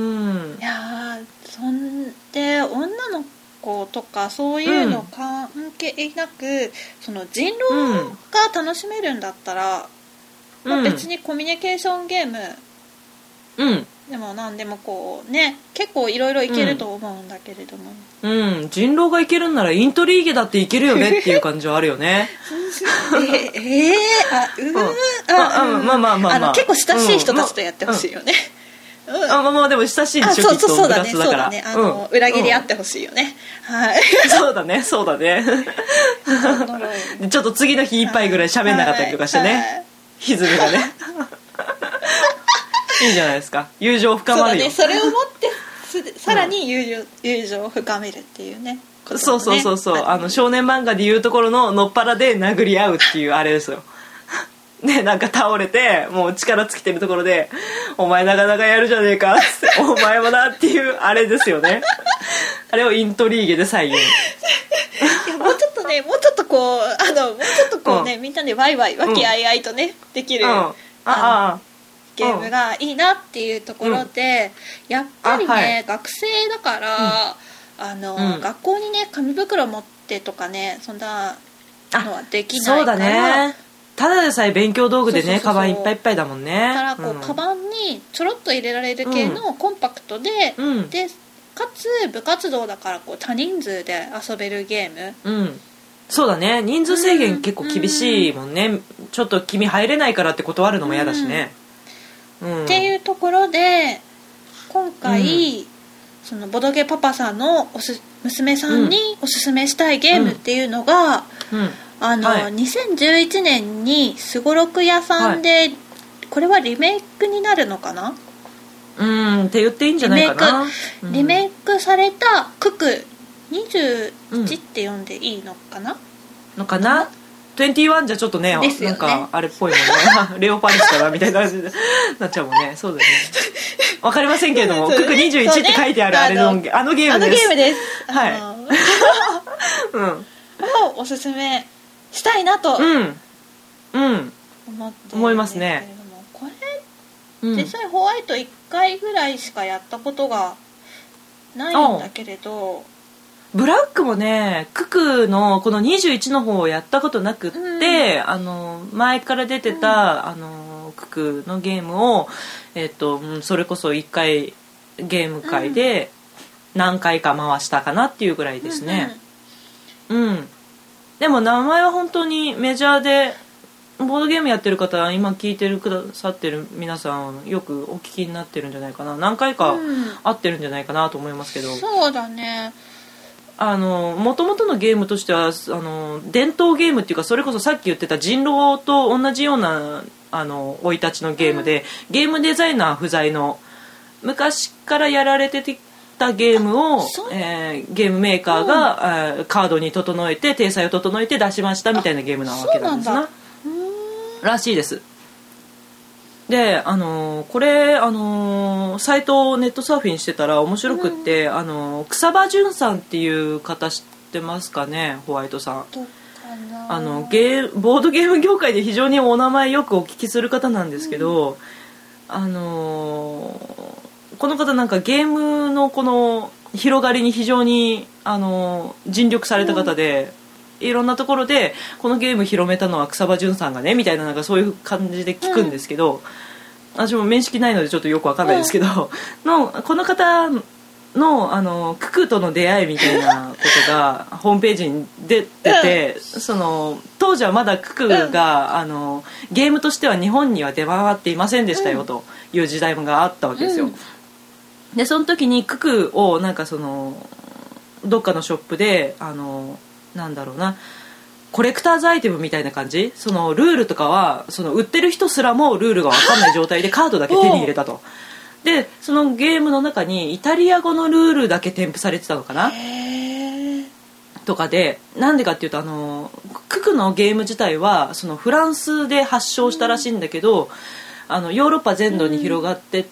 いやそんで女の子とかそういうの関係なく、うん、その人狼が楽しめるんだったら、うんまあ、別にコミュニケーションゲーム、うん、でも何でもこうね結構いろいろいけると思うんだけれども、 うんうん、人狼がいけるんならイントリーゲだっていけるよねっていう感じはあるよねええー、あうー、うん、あ、うん、まあまあまあ、まあ、あの結構親しい人たちとやってほしいよね、 うんうん、あまあでも親しいんでしょ、 そうそうそうだね、 きっと部活だから、 そうだね、あの、うん、裏切りあってほしいよね、うん、はいそうだねそうだねちょっと次の日いっぱいぐらい喋んなかったりとかしてね、はいはい、歪みがねいいじゃないですか、友情深まるよ。 そうだね、それをもってさらに友情、うん、友情を深めるっていうね、 ね、そうそうそうそう、あの少年漫画でいうところののっぱらで殴り合うっていうあれですよね、なんか倒れてもう力尽きてるところでお前なかなかやるじゃねえかってお前もなっていうあれですよねあれをイントリーゲで再現。いやもうちょっとねもうちょっとこうあのもうちょっとこうね、うん、みんなでワイワイ和気あいあいとね、うん、できる、うん、ああゲームがいいなっていうところで、うん、やっぱりね、はい、学生だから、うん、あの、うん、学校にね紙袋持ってとかねそんなのはできないから。 そうだね、ただでさえ勉強道具でねカバンいっぱいいっぱいだもんね。 だからこう、うん、カバンにちょろっと入れられる系のコンパクトで、うん、でかつ部活動だからこう多人数で遊べるゲーム、 うん、そうだね、人数制限結構厳しいもんね、うん、ちょっと君入れないからって断るのも嫌だしね、 うんうん、っていうところで今回、うん、そのボドゲパパさんのおす娘さんにおすすめしたいゲームっていうのが、うんうん、あの、はい、にせんじゅういちねんにすごろく屋さんで、はい、これはリメイクになるのかな、 うんって言っていいんじゃないかな。 リメイク、うん、リメイクされたククにじゅういちって読んでいいのかな、 うん、のかなにじゅういちじゃちょっと ね, ねなんかあれっぽいもんねレオパレスかなみたいな感じになっちゃうもんね。そうだよねわかりませんけれども、ね、ククにじゅういちって書いてあるあれの、ね、あのゲームです。あのゲームです。はいうん、 をおすすめしたいなと思って、うんうん、 思いますね。 これ、うん、実際ホワイトいっかいぐらいしかやったことがないんだけれど、 ブラックもねククのこのにじゅういちの方をやったことなくって、うん、あの前から出てた、うん、あのククのゲームを、えーと、それこそいっかいゲーム会で何回か回したかなっていうぐらいですね、うん、うん、でも名前は本当にメジャーでボードゲームやってる方今聞いてるくださってる皆さんよくお聞きになってるんじゃないかな、何回か会ってるんじゃないかなと思いますけど、 うん、そうだね、 あの元々のゲームとしてはあの伝統ゲームっていうかそれこそさっき言ってた人狼と同じようなあの生い立ちのゲームで、うん、ゲームデザイナー不在の昔からやられてたゲームを、えー、ゲームメーカーが、うん、カードに整えて体裁を整えて出しましたみたいなゲームなわけなんですならしいです。であのこれあのサイトをネットサーフィンしてたら面白くって、うん、あの草場淳さんっていう方知ってますかね、ホワイトさん。あのゲーボードゲーム業界で非常にお名前よくお聞きする方なんですけど、うん、あのこの方なんかゲームのこの広がりに非常にあの尽力された方で、うん、いろんなところでこのゲーム広めたのは草場淳さんがねみたいな、なんかそういう感じで聞くんですけど、うん、私も面識ないのでちょっとよくわかんないですけど、うん、のこの方の, あのククとの出会いみたいなことがホームページに出てて、その当時はまだククがあのゲームとしては日本には出回っていませんでしたよという時代があったわけですよ。でその時にククをなんかそのどっかのショップであのなんだろうなコレクターズアイテムみたいな感じ、そのルールとかはその売ってる人すらもルールが分かんない状態でカードだけ手に入れたと。でそのゲームの中にイタリア語のルールだけ添付されてたのかなとかで、なんでかっていうとあのククのゲーム自体はそのフランスで発祥したらしいんだけど、うん、あのヨーロッパ全土に広がってって、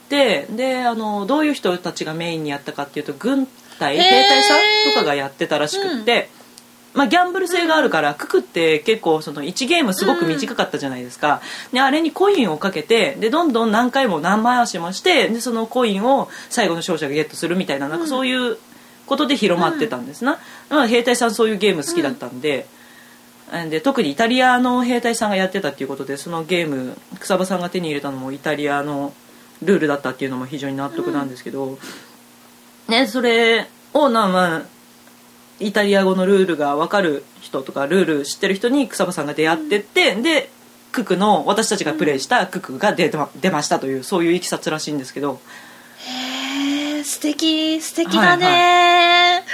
うん、であのどういう人たちがメインにやったかっていうと軍隊兵隊さんとかがやってたらしくって、まあ、ギャンブル性があるから、うん、ククって結構そのいちゲームすごく短かったじゃないですか。であれにコインをかけてでどんどん何回も何回しもしてでそのコインを最後の勝者がゲットするみたい な, なんかそういうことで広まってたんですな、うんまあ、兵隊さんそういうゲーム好きだったんで、うん、で特にイタリアの兵隊さんがやってたっていうことでそのゲーム草場さんが手に入れたのもイタリアのルールだったっていうのも非常に納得なんですけど、うんね、それをなまあイタリア語のルールが分かる人とかルール知ってる人に草場さんが出会ってって、うん、でククの私たちがプレイしたククが 出, 出ましたというそういういきさつらしいんですけど、 へー素敵素敵だね、はいはい、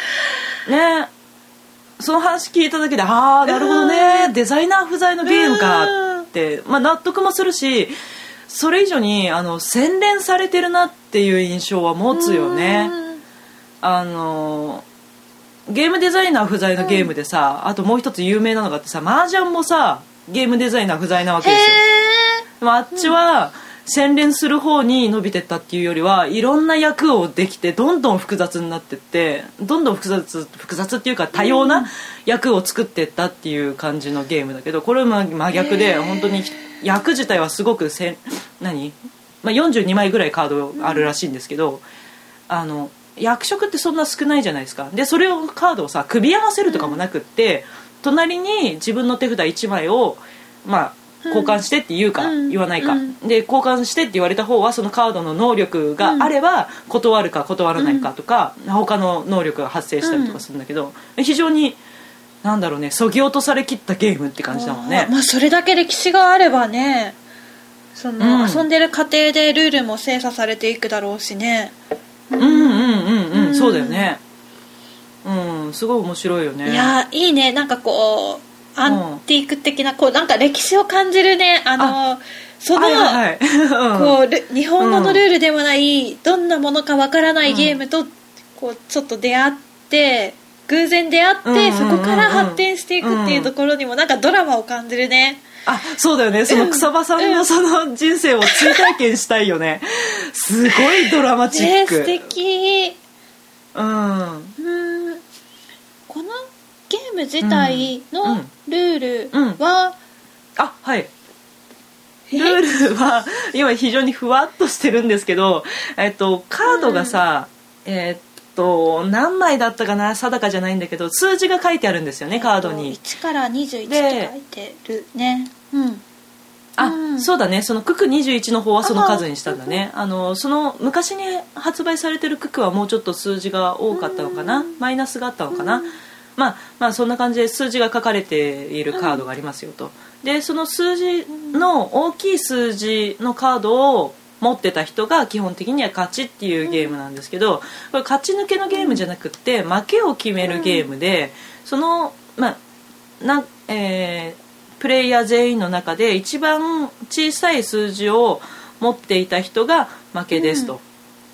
ねその話聞いただけでああなるほどね、うん、デザイナー不在のゲームかって、まあ、納得もするしそれ以上にあの洗練されてるなっていう印象は持つよね、うん、あのゲームデザイナー不在のゲームでさ、うん、あともう一つ有名なのがあってさ麻雀もさゲームデザイナー不在なわけですよ。でもあっちは洗練する方に伸びてったっていうよりはいろんな役をできてどんどん複雑になってってどんどん複雑複雑っていうか多様な役を作ってったっていう感じのゲームだけどこれは真逆で本当に役自体はすごくせ何、まあ、よんじゅうにまいぐらいカードあるらしいんですけど、あの役職ってそんな少ないじゃないですか。でそれをカードをさ組み合わせるとかもなくって、うん、隣に自分の手札いちまいをまあ交換してって言うか、うん、言わないか、うん、で交換してって言われた方はそのカードの能力があれば断るか断らないかとか、うん、他の能力が発生したりとかするんだけど、うん、非常になんだろうねそぎ落とされきったゲームって感じだもんね。 まあ、それだけ歴史があればねその、うん、遊んでる過程でルールも精査されていくだろうしね。 うんうんうんうん、うん、そうだよね。うんすごい面白いよね。 いやいいねなんかこうアンティーク的なこうなんか歴史を感じるねあのあその、はいはいこう日本語のルールでもない、うん、どんなものかわからないゲームと、うん、こうちょっと出会って偶然出会って、うんうんうんうん、そこから発展していくっていうところにもなんかドラマを感じるね。 あそうだよねその草場さんのその人生を追体験したいよね。すごいドラマチック、 ね、素敵、 うん、うんこのゲーム自体のルールは、うんうん、あはいルールは今非常にふわっとしてるんですけど、えっと、カードがさ、うん、えっと何枚だったかな定かじゃないんだけど数字が書いてあるんですよね、えっと、カードにいちからにじゅういちって書いてるね。うんあ、うん、そうだねそのククにじゅういちの方はその数にしたんだね。あのその昔に発売されてるククはもうちょっと数字が多かったのかな、うん、マイナスがあったのかな、うんまあ、まあそんな感じで数字が書かれているカードがありますよと。でその数字の大きい数字のカードを持ってた人が基本的には勝ちっていうゲームなんですけど、これ勝ち抜けのゲームじゃなくって負けを決めるゲームでその、まあなえープレイヤー全員の中で一番小さい数字を持っていた人が負けですと。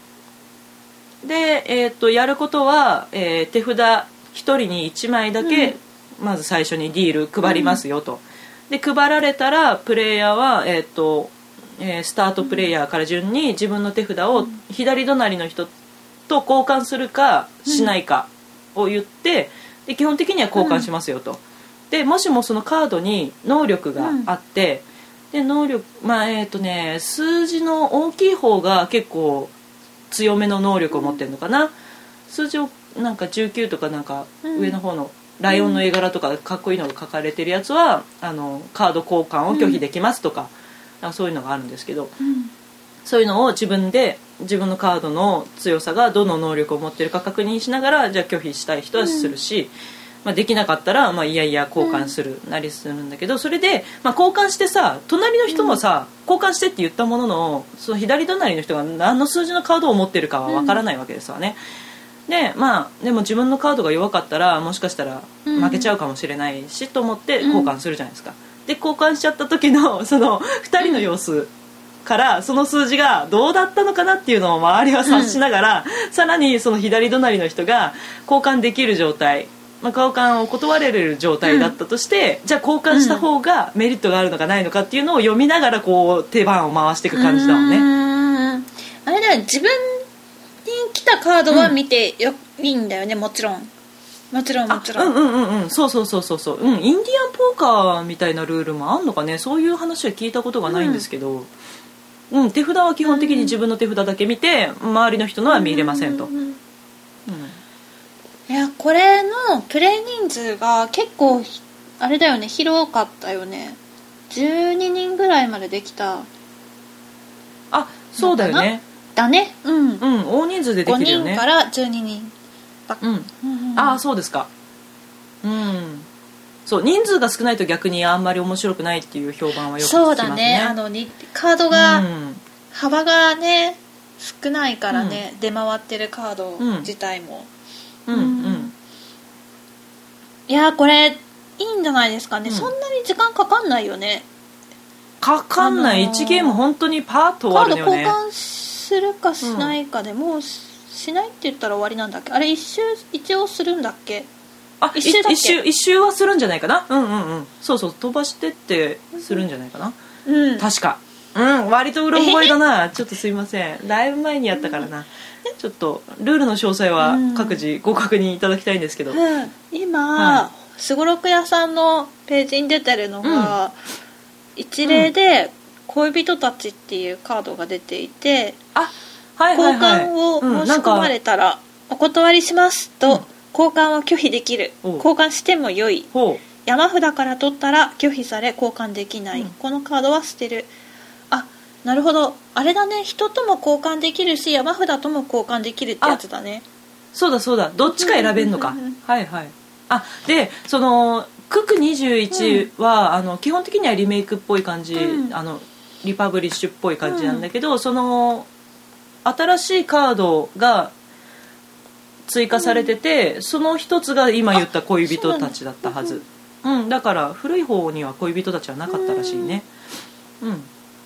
で、えー、とやることは、えー、手札ひとりにいちまいだけまず最初にディール配りますよと。で配られたらプレイヤーは、えーとえー、スタートプレイヤーから順に自分の手札を左隣の人と交換するかしないかを言ってで基本的には交換しますよと。でもしもそのカードに能力があって、うん、で能力まあえっ、ー、とね数字の大きい方が結構強めの能力を持ってるのかな、うん、数字をなんかじゅうきゅうとかなんか上の方のライオンの絵柄とかかっこいいのが書かれてるやつはあのカード交換を拒否できますとか、うん、なんかそういうのがあるんですけど、うん、そういうのを自分で自分のカードの強さがどの能力を持ってるか確認しながら、じゃあ拒否したい人はするし、うんまあ、できなかったら、まあ、いやいや交換するなりするんだけど、それで、まあ、交換してさ隣の人もさ、うん、交換してって言ったものの、その左隣の人が何の数字のカードを持ってるかは分からないわけですわね、うん、でまあでも自分のカードが弱かったらもしかしたら負けちゃうかもしれないし、うん、と思って交換するじゃないですか。で交換しちゃった時のそのふたりの様子からその数字がどうだったのかなっていうのを周りは察しながら、うん、さらにその左隣の人が交換できる状態、まあ、交換を断れる状態だったとして、うん、じゃあ交換した方がメリットがあるのかないのかっていうのを読みながらこう手番を回していく感じだもんね。うーんあれだよ、自分に来たカードは見てよ、うん、いいんだよね、もちろんもちろんもちろん。 うんうんうんうん、そうそうそうそうそう、うん、インディアンポーカーみたいなルールもあんのかね。そういう話は聞いたことがないんですけど、うんうん、手札は基本的に自分の手札だけ見て、うん、周りの人のは見れませんと、うんうんうん、 いやこれのプレイ人数が結構あれだよね、広かったよね。じゅうににんぐらいまでできた。 あ、そうだよね。 だね、うん、 うん、大人数でできるよね。 ごにんからじゅうににん。 うん、うん、ああそうですか。うん。そう人数が少ないと逆にあんまり面白くないっていう評判はよく聞きますね。 そうだね。あのにカードが幅がね少ないからね、うん、出回ってるカード自体も。うんうん。うん、いやこれいいんじゃないですかね、うん。そんなに時間かかんないよね。 かかんない。あのー、いちゲーム本当にパーッと終わるよね。 カード交換するかしないかで、うん、もうしないって言ったら終わりなんだっけ。あれ一周一応するんだっけ。 あ一周だっけ。一周一周はするんじゃないかな。うんうんうん。そうそう飛ばしてってするんじゃないかな。うん。確か。うん割とうろ覚えだな。ちょっとすいません。だいぶ前にやったからな。うん、ちょっとルールの詳細は各自ご確認いただきたいんですけど。うん、 今すごろく屋さんのページに出てるのが、うん、一例で恋人たちっていうカードが出ていて。あはいはいはい、交換を申し込まれたらお断りしますと、うん、交換は拒否できる、交換しても良い、山札から取ったら拒否され交換できない、うん、このカードは捨てる。あなるほど、あれだね、人とも交換できるし山札とも交換できるってやつだね。 そうだそうだ、どっちか選べるのか、うんうんうんうん、はいはい。あでそのククにじゅういちは、うん、あの基本的にはリメイクっぽい感じ、うん、あのリパブリッシュっぽい感じなんだけど、うん、その新しいカードが追加されてて、うん、その一つが今言った恋人たちだったはず。う、うん、だから古い方には恋人たちはなかったらしいね。うん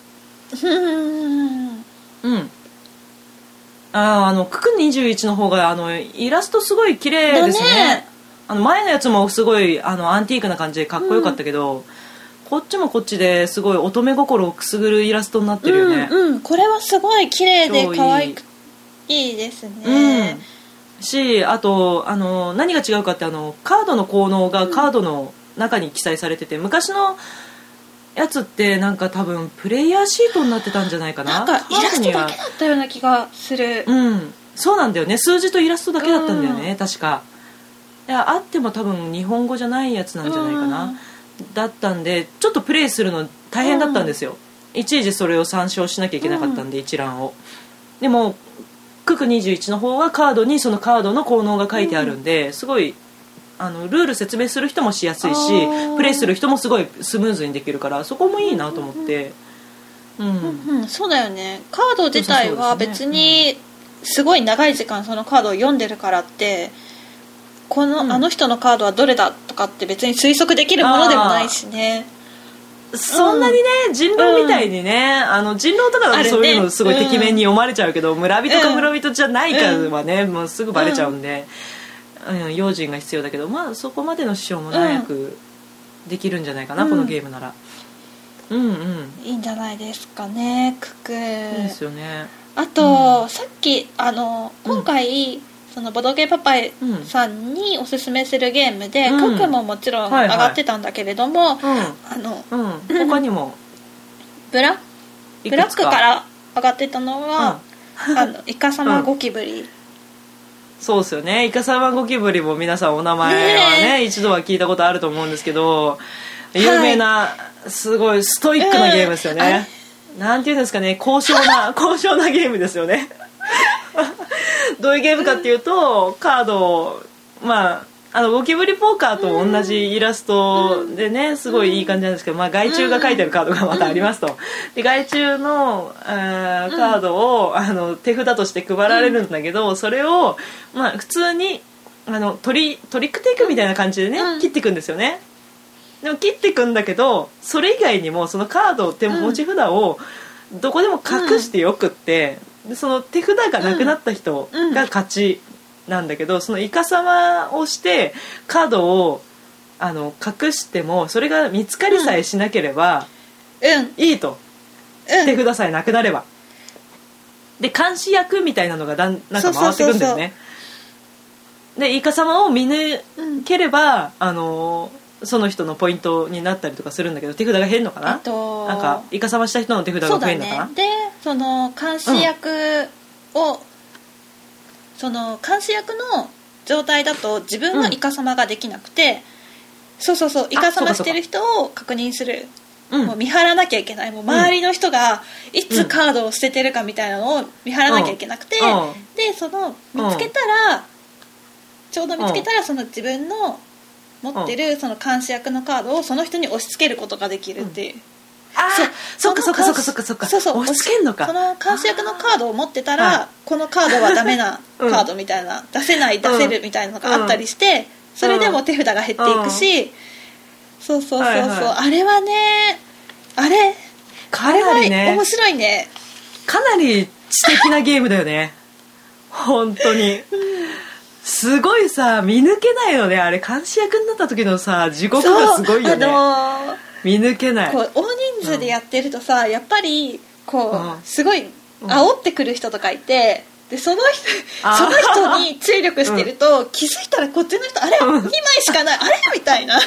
うん、ああのククにじゅういちの方があのイラストすごい綺麗ですね。ねあの前のやつもすごいあのアンティークな感じでかっこよかったけど、うん、こっちもこっちですごい乙女心をくすぐるイラストになってるよね。 うん、うん、これはすごい綺麗で可愛くいいですね。 うん、しあとあの何が違うかってあのカードの効能がカードの中に記載されてて、昔のやつってなんか多分プレイヤーシートになってたんじゃないかな。 なんかイラストだけだったような気がする。 うんそうなんだよね、数字とイラストだけだったんだよね、うん、確か。いやあっても多分日本語じゃないやつなんじゃないかな、うん、だったんでちょっとプレイするの大変だったんですよ、うん、いちいちそれを参照しなきゃいけなかったんで、うん、一覧を。でもククにじゅういちの方はカードにそのカードの効能が書いてあるんで、うん、すごいあのルール説明する人もしやすいしプレイする人もすごいスムーズにできるから、そこもいいなと思って、うんうんうんうん、そうだよね。カード自体は別にすごい長い時間そのカードを読んでるからってこの、うん、あの人のカードはどれだとかって別に推測できるものでもないしね。 そんなにね、うん、人狼みたいにね、うん、あの人狼とかだとそういうのすごいてきめんに読まれちゃうけど、うん、村人か村人じゃないかはね、うん、もうすぐバレちゃうんで、うんうん、用心が必要だけど、まあそこまでの支障も早くできるんじゃないかな、うん、このゲームなら。うんうんいいんじゃないですかね。ククいいですよね。 あと、うん、さっきあの今回、うん、そのボドゲーパパイさんにおすすめするゲームで、うん、ククももちろん上がってたんだけれども、はいはい、あの、 うん、他にもブラブラックから上がってたのは、うん、あのイカサマゴキブリ、うん、 そうですよね。イカサマゴキブリも皆さんお名前は ね, ね一度は聞いたことあると思うんですけど、有名な、はい、すごいストイックなゲームですよね、うん、なんていうんですかね、高尚な高尚なゲームですよね。 どういうゲームかっていうとカードをまああのゴキブリポーカーと同じイラストでねすごいいい感じなんですけど、まあ、害虫が書いてるカードがまたありますと。で害虫のあーカードをあの手札として配られるんだけど、それを、まあ、普通にあのトリ、トリックテイクみたいな感じでね、うん、切っていくんですよね。でも切っていくんだけどそれ以外にもそのカード手持ち札をどこでも隠してよくって、うん、でその手札がなくなった人が勝ちなんだけど、そのイカサマをしてカードをあの隠してもそれが見つかりさえしなければいいと、うん、手札さえなくなればで監視役みたいなのがだんなんか回ってくんだよね。でイカサマを見抜ければ、うん、あのその人のポイントになったりとかするんだけど手札が減るのかな、えっと、なんかイカサマした人の手札が増えるのかな。 そうだね。でその監視役を、うんその監視役の状態だと自分はイカサマができなくて、うん、そうそうそうイカサマしてる人を確認する、うん、もう見張らなきゃいけない。もう周りの人がいつカードを捨ててるかみたいなのを見張らなきゃいけなくて、うん、でその見つけたら、うん、ちょうど見つけたらその自分の持ってるその監視役のカードをその人に押し付けることができるっていう、うんあそっかそっかそっかそっかそっかそうそう押し付けんのか。 その監視役のカードを持ってたらこのカードはダメなカードみたいな、うん、出せない出せるみたいなのがあったりして、うん、それでも手札が減っていくし、うん、そうそうそうそう、はいはい、あれはねあれかなりねあれは面白いね。 かなり知的なゲームだよね本当にすごいさ見抜けないよねあれ。監視役になった時のさ地獄がすごいよね。あのー見抜けない。 こう大人数でやってるとさ、うん、やっぱりこう、うん、すごい煽ってくる人とかいて、でその人その人に注力してると、うん、気づいたらこっちの人あれにまいしかないあれみたいな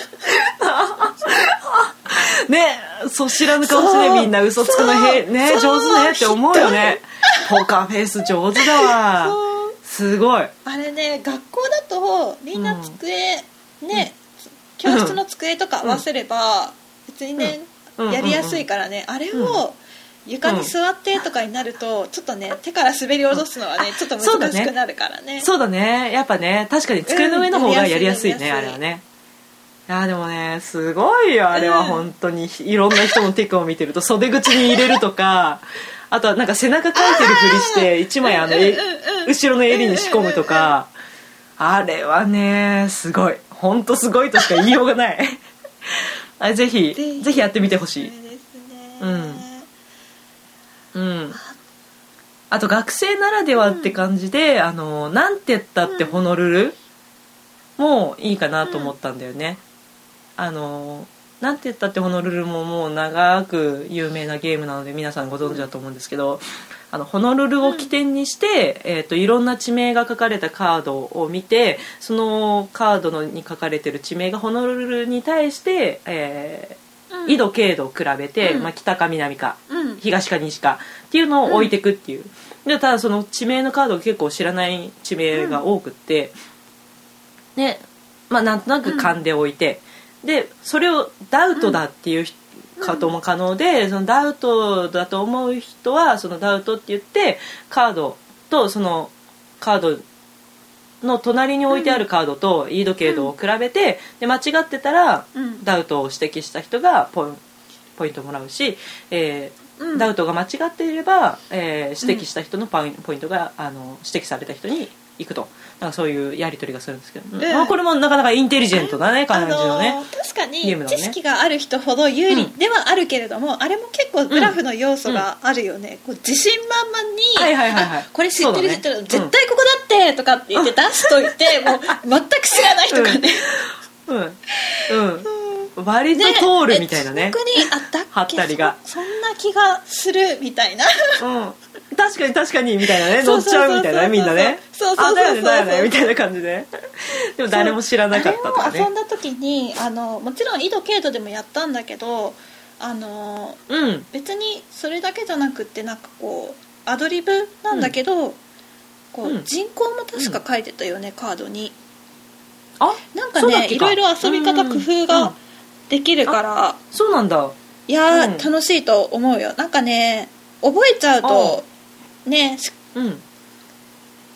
ねそう知らぬ顔してねみんな嘘つくのへね上手ねって思うよね。ポーカーフェイス上手だわすごい。 あれね学校だとみんな机、うん、ね教室の机とか合わせれば、うん別にね、うん、やりやすいからね、うん、あれを床に座ってとかになると、うん、ちょっとね手から滑り落とすのはねちょっと難しくなるからね。 そうだねやっぱね確かに机の上の方がやりやすいね、うん、あれはね。いやでもねすごいよあれは本当に、うん、いろんな人のテクを見てると袖口に入れるとかあとはなんか背中かいてるふりして一枚あの、うんうんうん、後ろの襟に仕込むとか、うんうんうん、あれはねすごい本当すごいとしか言いようがないあぜひぜひやってみてほしい。うんうん、あと学生ならではって感じで、うん、あのなんて言ったってホノルルもいいかなと思ったんだよね、うん、あのなんて言ったってホノルルももう長く有名なゲームなので皆さんご存知だと思うんですけど、あのホノルルを起点にして、うんえー、といろんな地名が書かれたカードを見てそのカードのに書かれてる地名がホノルルに対して、えーうん、緯度経度を比べて、うんまあ、北か南か、うん、東か西かっていうのを置いていくっていう、うん、でただその地名のカードを結構知らない地名が多くって、うんでまあ、なんとなく勘で置いて、うん、でそれをダウトだっていうことも可能で、うん、そのダウトだと思う人はそのダウトって言ってカードとそのカードの隣に置いてあるカードと緯度経度を比べて、で間違ってたらダウトを指摘した人がポイン、ポイントもらうし、えーうん、ダウトが間違っていれば、えー、指摘した人のポイン、ポイントがあの指摘された人に行くと、なんかそういうやり取りがするんですけど、うんまあ、これもなかなかインテリジェントな、ね、感じのね、 あのー、確かに知識がある人ほど有利ではあるけれども、うん、あれも結構グラフの要素があるよね、うん、こう自信満々に、はいはいはいはい、これ知ってる人、ね、絶対ここだってとかって言って出しといて、うん、もう全く知らない人がねうん、うんうん、割と通るみたいなね、 逆にあったっけ、 貼ったりがそ, そんな気がするみたいな、 うん確かに確かにみたいなね、乗っちゃうみたいなね、みんなね、 そうそうそうそう、 あだよねだよねみたいな感じででも誰も知らなかったとかね。 あれを遊んだ時にあのもちろん緯度経度でもやったんだけど、あの、うん、別にそれだけじゃなくってなんかこうアドリブなんだけど、うん、こう人口も確か書いてたよね、うん、カードに。あなんかねいろいろ遊び方工夫ができるから、うん、 そうなんだ。 いや、うん、楽しいと思うよ。なんかね覚えちゃうとね、うん、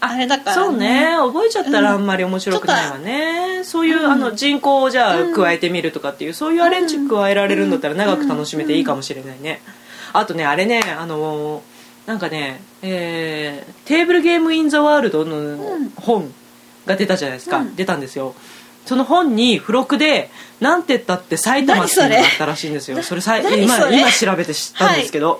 あれだから、ね、 そうね、覚えちゃったらあんまり面白くないわね、うん、そういう、うん、あの人口をじゃあ加えてみるとかっていう、そういうアレンジ加えられるんだったら長く楽しめていいかもしれないね。あとね、あれね、あのなんかね、えー、テーブルゲームインザワールドの本が出たじゃないですか、うん、出たんですよ。その本に付録でなんて言ったって埼玉っていうのがあったらしいんですよ。それさ今, 今調べて知ったんですけど、はい、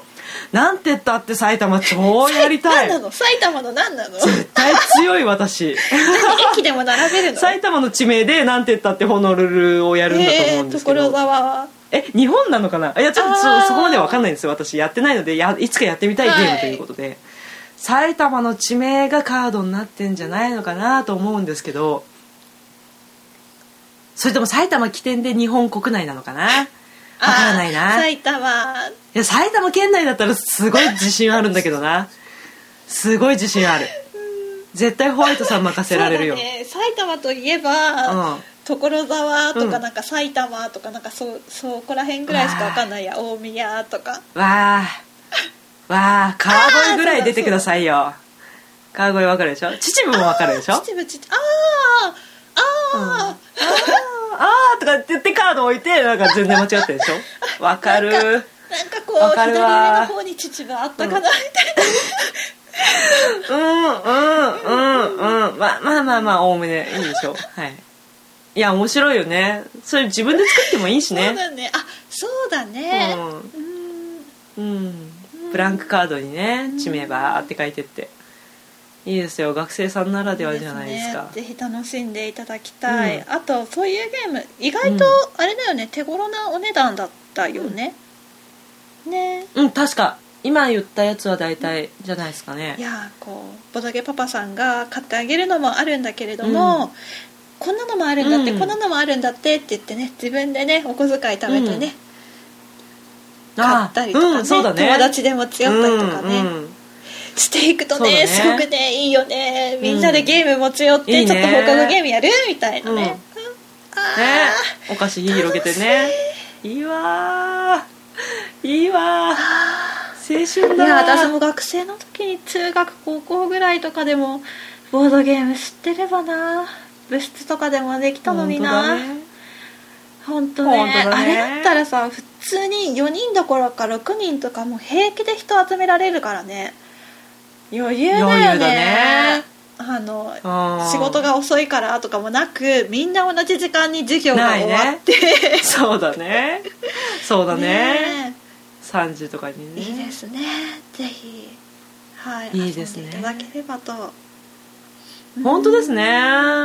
なんて言ったって埼玉超やりたい。 何なの埼玉の何なの。 絶対強い私駅でも並べるの。 埼玉の地名でなんて言ったってホノルルをやるんだと思うんですけど、 えー、所沢はえ日本なのかな。いやちょっと そ, そこまで分かんないんですよ、私やってないので。やいつかやってみたいゲームということで、はい、埼玉の地名がカードになってんじゃないのかなと思うんですけど、それとも埼玉起点で日本国内なのかな、わからないな。 埼玉、 いや埼玉県内だったらすごい自信あるんだけどなすごい自信ある。絶対ホワイトさん任せられるよ。 そうだね、埼玉といえば、うん、所沢とかなんか埼玉とかなんか そ, そこら辺ぐらいしかわかんないや。大宮とか。 わーわー川越ぐらい出てくださいよ。川越わかるでしょ。秩父もわかるでしょ。 秩父秩父あーあー、うん、あーあーとかって言ってカード置いてなんか全然間違ってるでしょ。わかる。なんかなんかこう左上の方に秩父あったかなみたいな、うん、 うんうんうんうんまあまあまあまあおおむねいいでしょう。はい。いや面白いよね。それ自分で作ってもいいしね。 そうだね。あそうだね。 うん、うん、ブランクカードにね地名バーって書いてっていいですよ。学生さんならではじゃないですか。 いいですね、ぜひ楽しんでいただきたい、うん、あとそういうゲーム意外とあれだよね、うん、手頃なお値段だったよね、うん、ねうん確か今言ったやつは大体じゃないですかね。 いやこうボドゲパパさんが買ってあげるのもあるんだけれども、うん、こんなのもあるんだって、うん、こんなのもあるんだってって言ってね、自分でねお小遣い貯めてね、うん、買ったりとか ね,、うん、そうだね、友達で持ち寄ったりとかね、うんうんしていくと ね, ねすごくねいいよね。みんなでゲーム持ち寄って、うん、ちょっと他のゲームやるみたいなね、うん、あねお菓子広げてね。いいわいいわ青春だ。 いや私も学生の時に中学高校ぐらいとかでもボードゲーム知ってればな、部室とかでもできたのにな。本当 ね, ね, ねあれだったらさ普通によにんどころかろくにんとかも平気で人集められるからね。余裕だよ ね, 余裕だね。あの仕事が遅いからとかもなく、みんな同じ時間に授業が終わって、 ね、そうだねそうだ ね, ねさんじとかにね。 いいですね。ぜひ、はい、 いいですね、 遊んでいただければと。 本当ですね。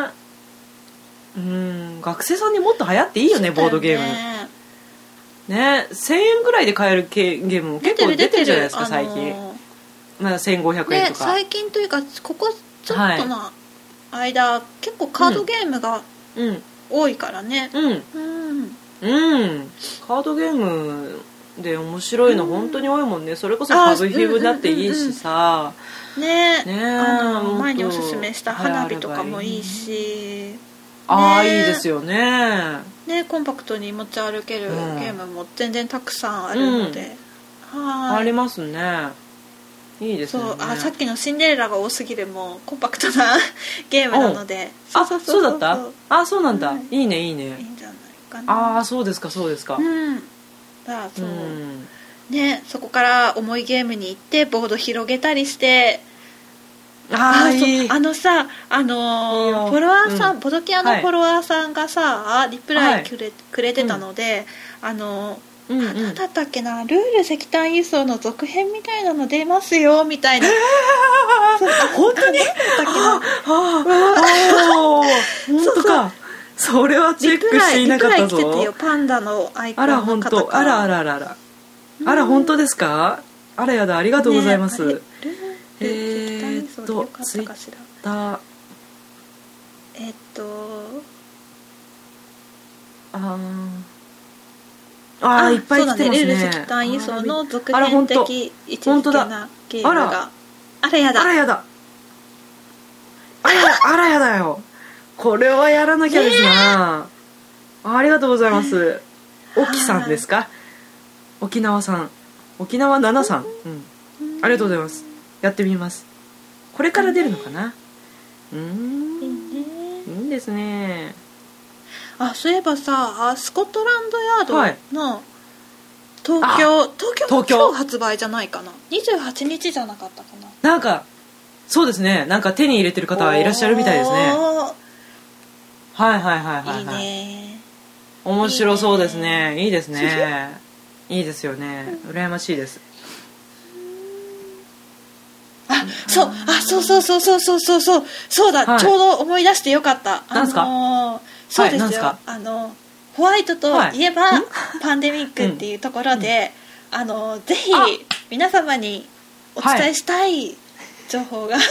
うん学生さんにもっと流行っていいよね、ボードゲームね。せんえんぐらいで買えるゲームも結構出てるじゃないですか最近、あのーまあ、せんごひゃくえんとか、 ね、最近というかここちょっとの間、はい、結構カードゲームが多いからね。 うん、うんうん、カードゲームで面白いの本当に多いもんね。それこそパブヒブだっていいしさ、 うんうんうんうん、ねえ、ねあの前におすすめした花火とかもいいし、 ああ、ね、いいですよね。 ねコンパクトに持ち歩けるゲームも全然たくさんあるので、 うん、はいありますね。いいですね。 そうあさっきのシンデレラが多すぎるもうコンパクトなゲームなので、 あそうそうだったあそうなんだ、うん、いいねいいね、いいんじゃないかな。 あそうですかそうですか、 うん、だそう、うん、ねそこから重いゲームに行ってボード広げたりして、 ああいいあのさあのー、フォロワーさん、うん、ボドキアのフォロワーさんがさ、はい、リプライく れ,、はい、くれてたので、うん、あのーうんうん、何だったっけな、ルール石炭輸送の続編みたいなの出ますよみたいな、えー、本当に何だったっけな、あ本当か、それはチェックしていなかったぞ。 リプライ来ててよ、パンダのアイコンの方から。 あらあらあらあらあら、本当ですか。あらやだ、ありがとうございます、ね、えー、っとツイッターえっとあーああいっぱい来てますね。 ルール石炭輸送の続編的位置づけなゲームがあらやだあらやだあらあらやだよ。これはやらなきゃですな、ね、ありがとうございます。沖さんですか。沖縄さん、沖縄ななさん、うん、ありがとうございます。やってみます。これから出るのかな。 うーん、 いいね。 いいですね。 あ、そういえばさ、スコットランドヤードの東はい、 京東京も東京今日発売じゃないかな、にじゅうはちにちじゃなかったかな。 なんかそうですね、なんか手に入れてる方はいらっしゃるみたいですね。はいはいはいはい、はい、 いいね。 面白そうですね。いいですね。いいですよね。羨ましいです。 あ、そう、あ、そうそうそうそうそうそうそうそうだ、はい、ちょうど思い出してよかった。 なんすか？ あのー、そうですよ。 はい、 あのホワイトといえば、はい、パンデミックっていうところで、うん、あのぜひ皆様にお伝えしたい情報が、はい、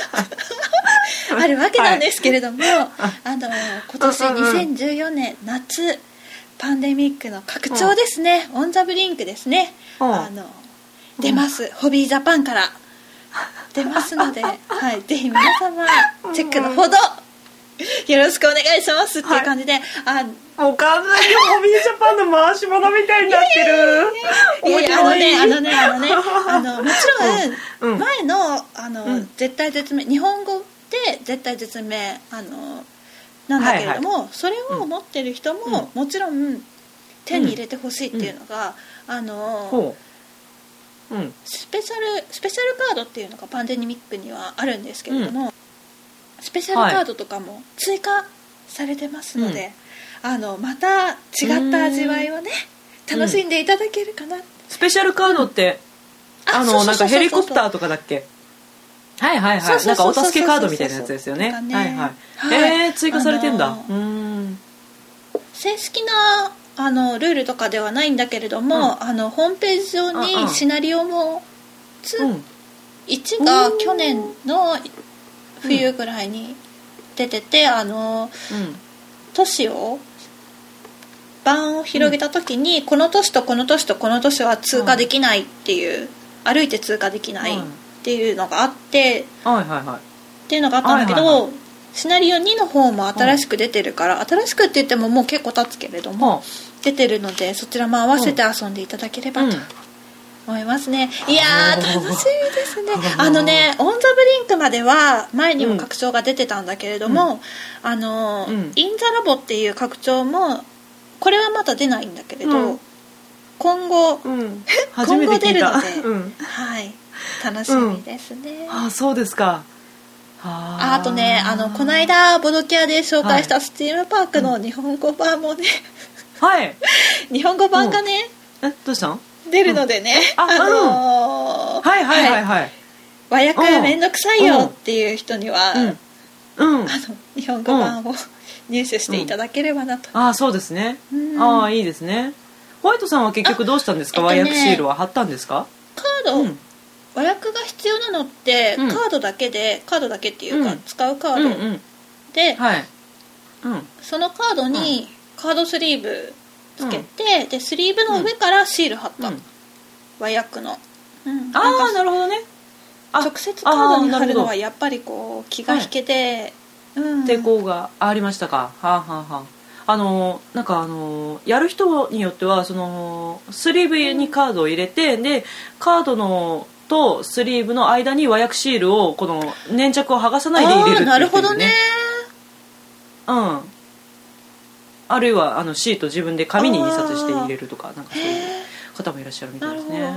あるわけなんですけれども、はい、あの今年にせんじゅうよねん夏パンデミックの拡張ですね、オンザブリンクですね、あの出ます、ホビージャパンから出ますので、はい、ぜひ皆様チェックのほどよろしくお願いしますっていう感じで、はい、あもう完全にホビージャパンの回し物みたいになってる。 いやいや、あのねあのねあのねあのもちろん前のあの、うん、絶対絶命、日本語で絶対絶命あのなんだけれども、はいはい、それを持ってる人も、うん、もちろん手に入れてほしいっていうのが、うん、あの、うん、スペシャルスペシャルカードっていうのがパンデミックにはあるんですけれども、うん、スペシャルカードとかも追加されてますので、うん、あのまた違った味わいをね楽しんでいただけるかな、うん、 スペシャルカードって、うん、あのなんかヘリコプターとかだっけ？はいはいはい、なんかお助けカードみたいなやつですよね。はいはい、はい、えー、追加されてんだ。うーん、 正式なあのルールとかではないんだけれども、うん、あのホームページ上にシナリオもつ、うん、いちが去年の冬ぐらいに出てて、あの、うん、都市を版を広げた時に、うん、この都市とこの都市とこの都市は通過できないっていう、うん、歩いて通過できないっていうのがあって、うん、はいはいはい、っていうのがあったんだけど、はいはいはい、シナリオにの方も新しく出てるから、うん、新しくって言ってももう結構経つけれども、うん、出てるのでそちらも合わせて遊んでいただければと思いますね、うん、いやー楽しみですね。あのね、オンザブリンクまでは前にも拡張が出てたんだけれども、うん、あの、うん、インザラボっていう拡張もこれはまだ出ないんだけれど、うん、今後、うん、今後出るので、うん、はい、楽しみですね、 うん、あ、そうですか。 あ, あとね、あのこの間ボドキャで紹介したスチームパークの日本語版もね、はい、日本語版がね、 え、どうしたの？ 出るのでね、うん、あ、あのー、 はいはいはいはい、 和訳めんどくさいよっていう人には、うんうん、あの日本語版を入手していただければなと、 うん、あ、そうですね、うん、あ、いいですね。ホワイトさんは結局どうしたんですか？えっとね、和訳シールは貼ったんですか？ カード、うん、和訳が必要なのって、うん、カードだけでカードだけっていうか、うん、使うカード、うんうん、で、はい、うん、そのカードにカードスリーブつけて、うん、でスリーブの上からシール貼った、うん、和訳の、うん、 ああ、なるほどね。 直接カードに貼るのはやっぱりこう気が引けて、 はい、うん、抵抗がありましたか？はあ、はあはあ、あのなんかあのやる人によってはそのスリーブにカードを入れて、うん、でカードのとスリーブの間に和訳シールをこの粘着を剥がさないで入れるっていう、ね、 なるほどね。 うん。あるいはあのシート自分で紙に印刷して入れるとか、なんかそういう方もいらっしゃるみたいですね。うん。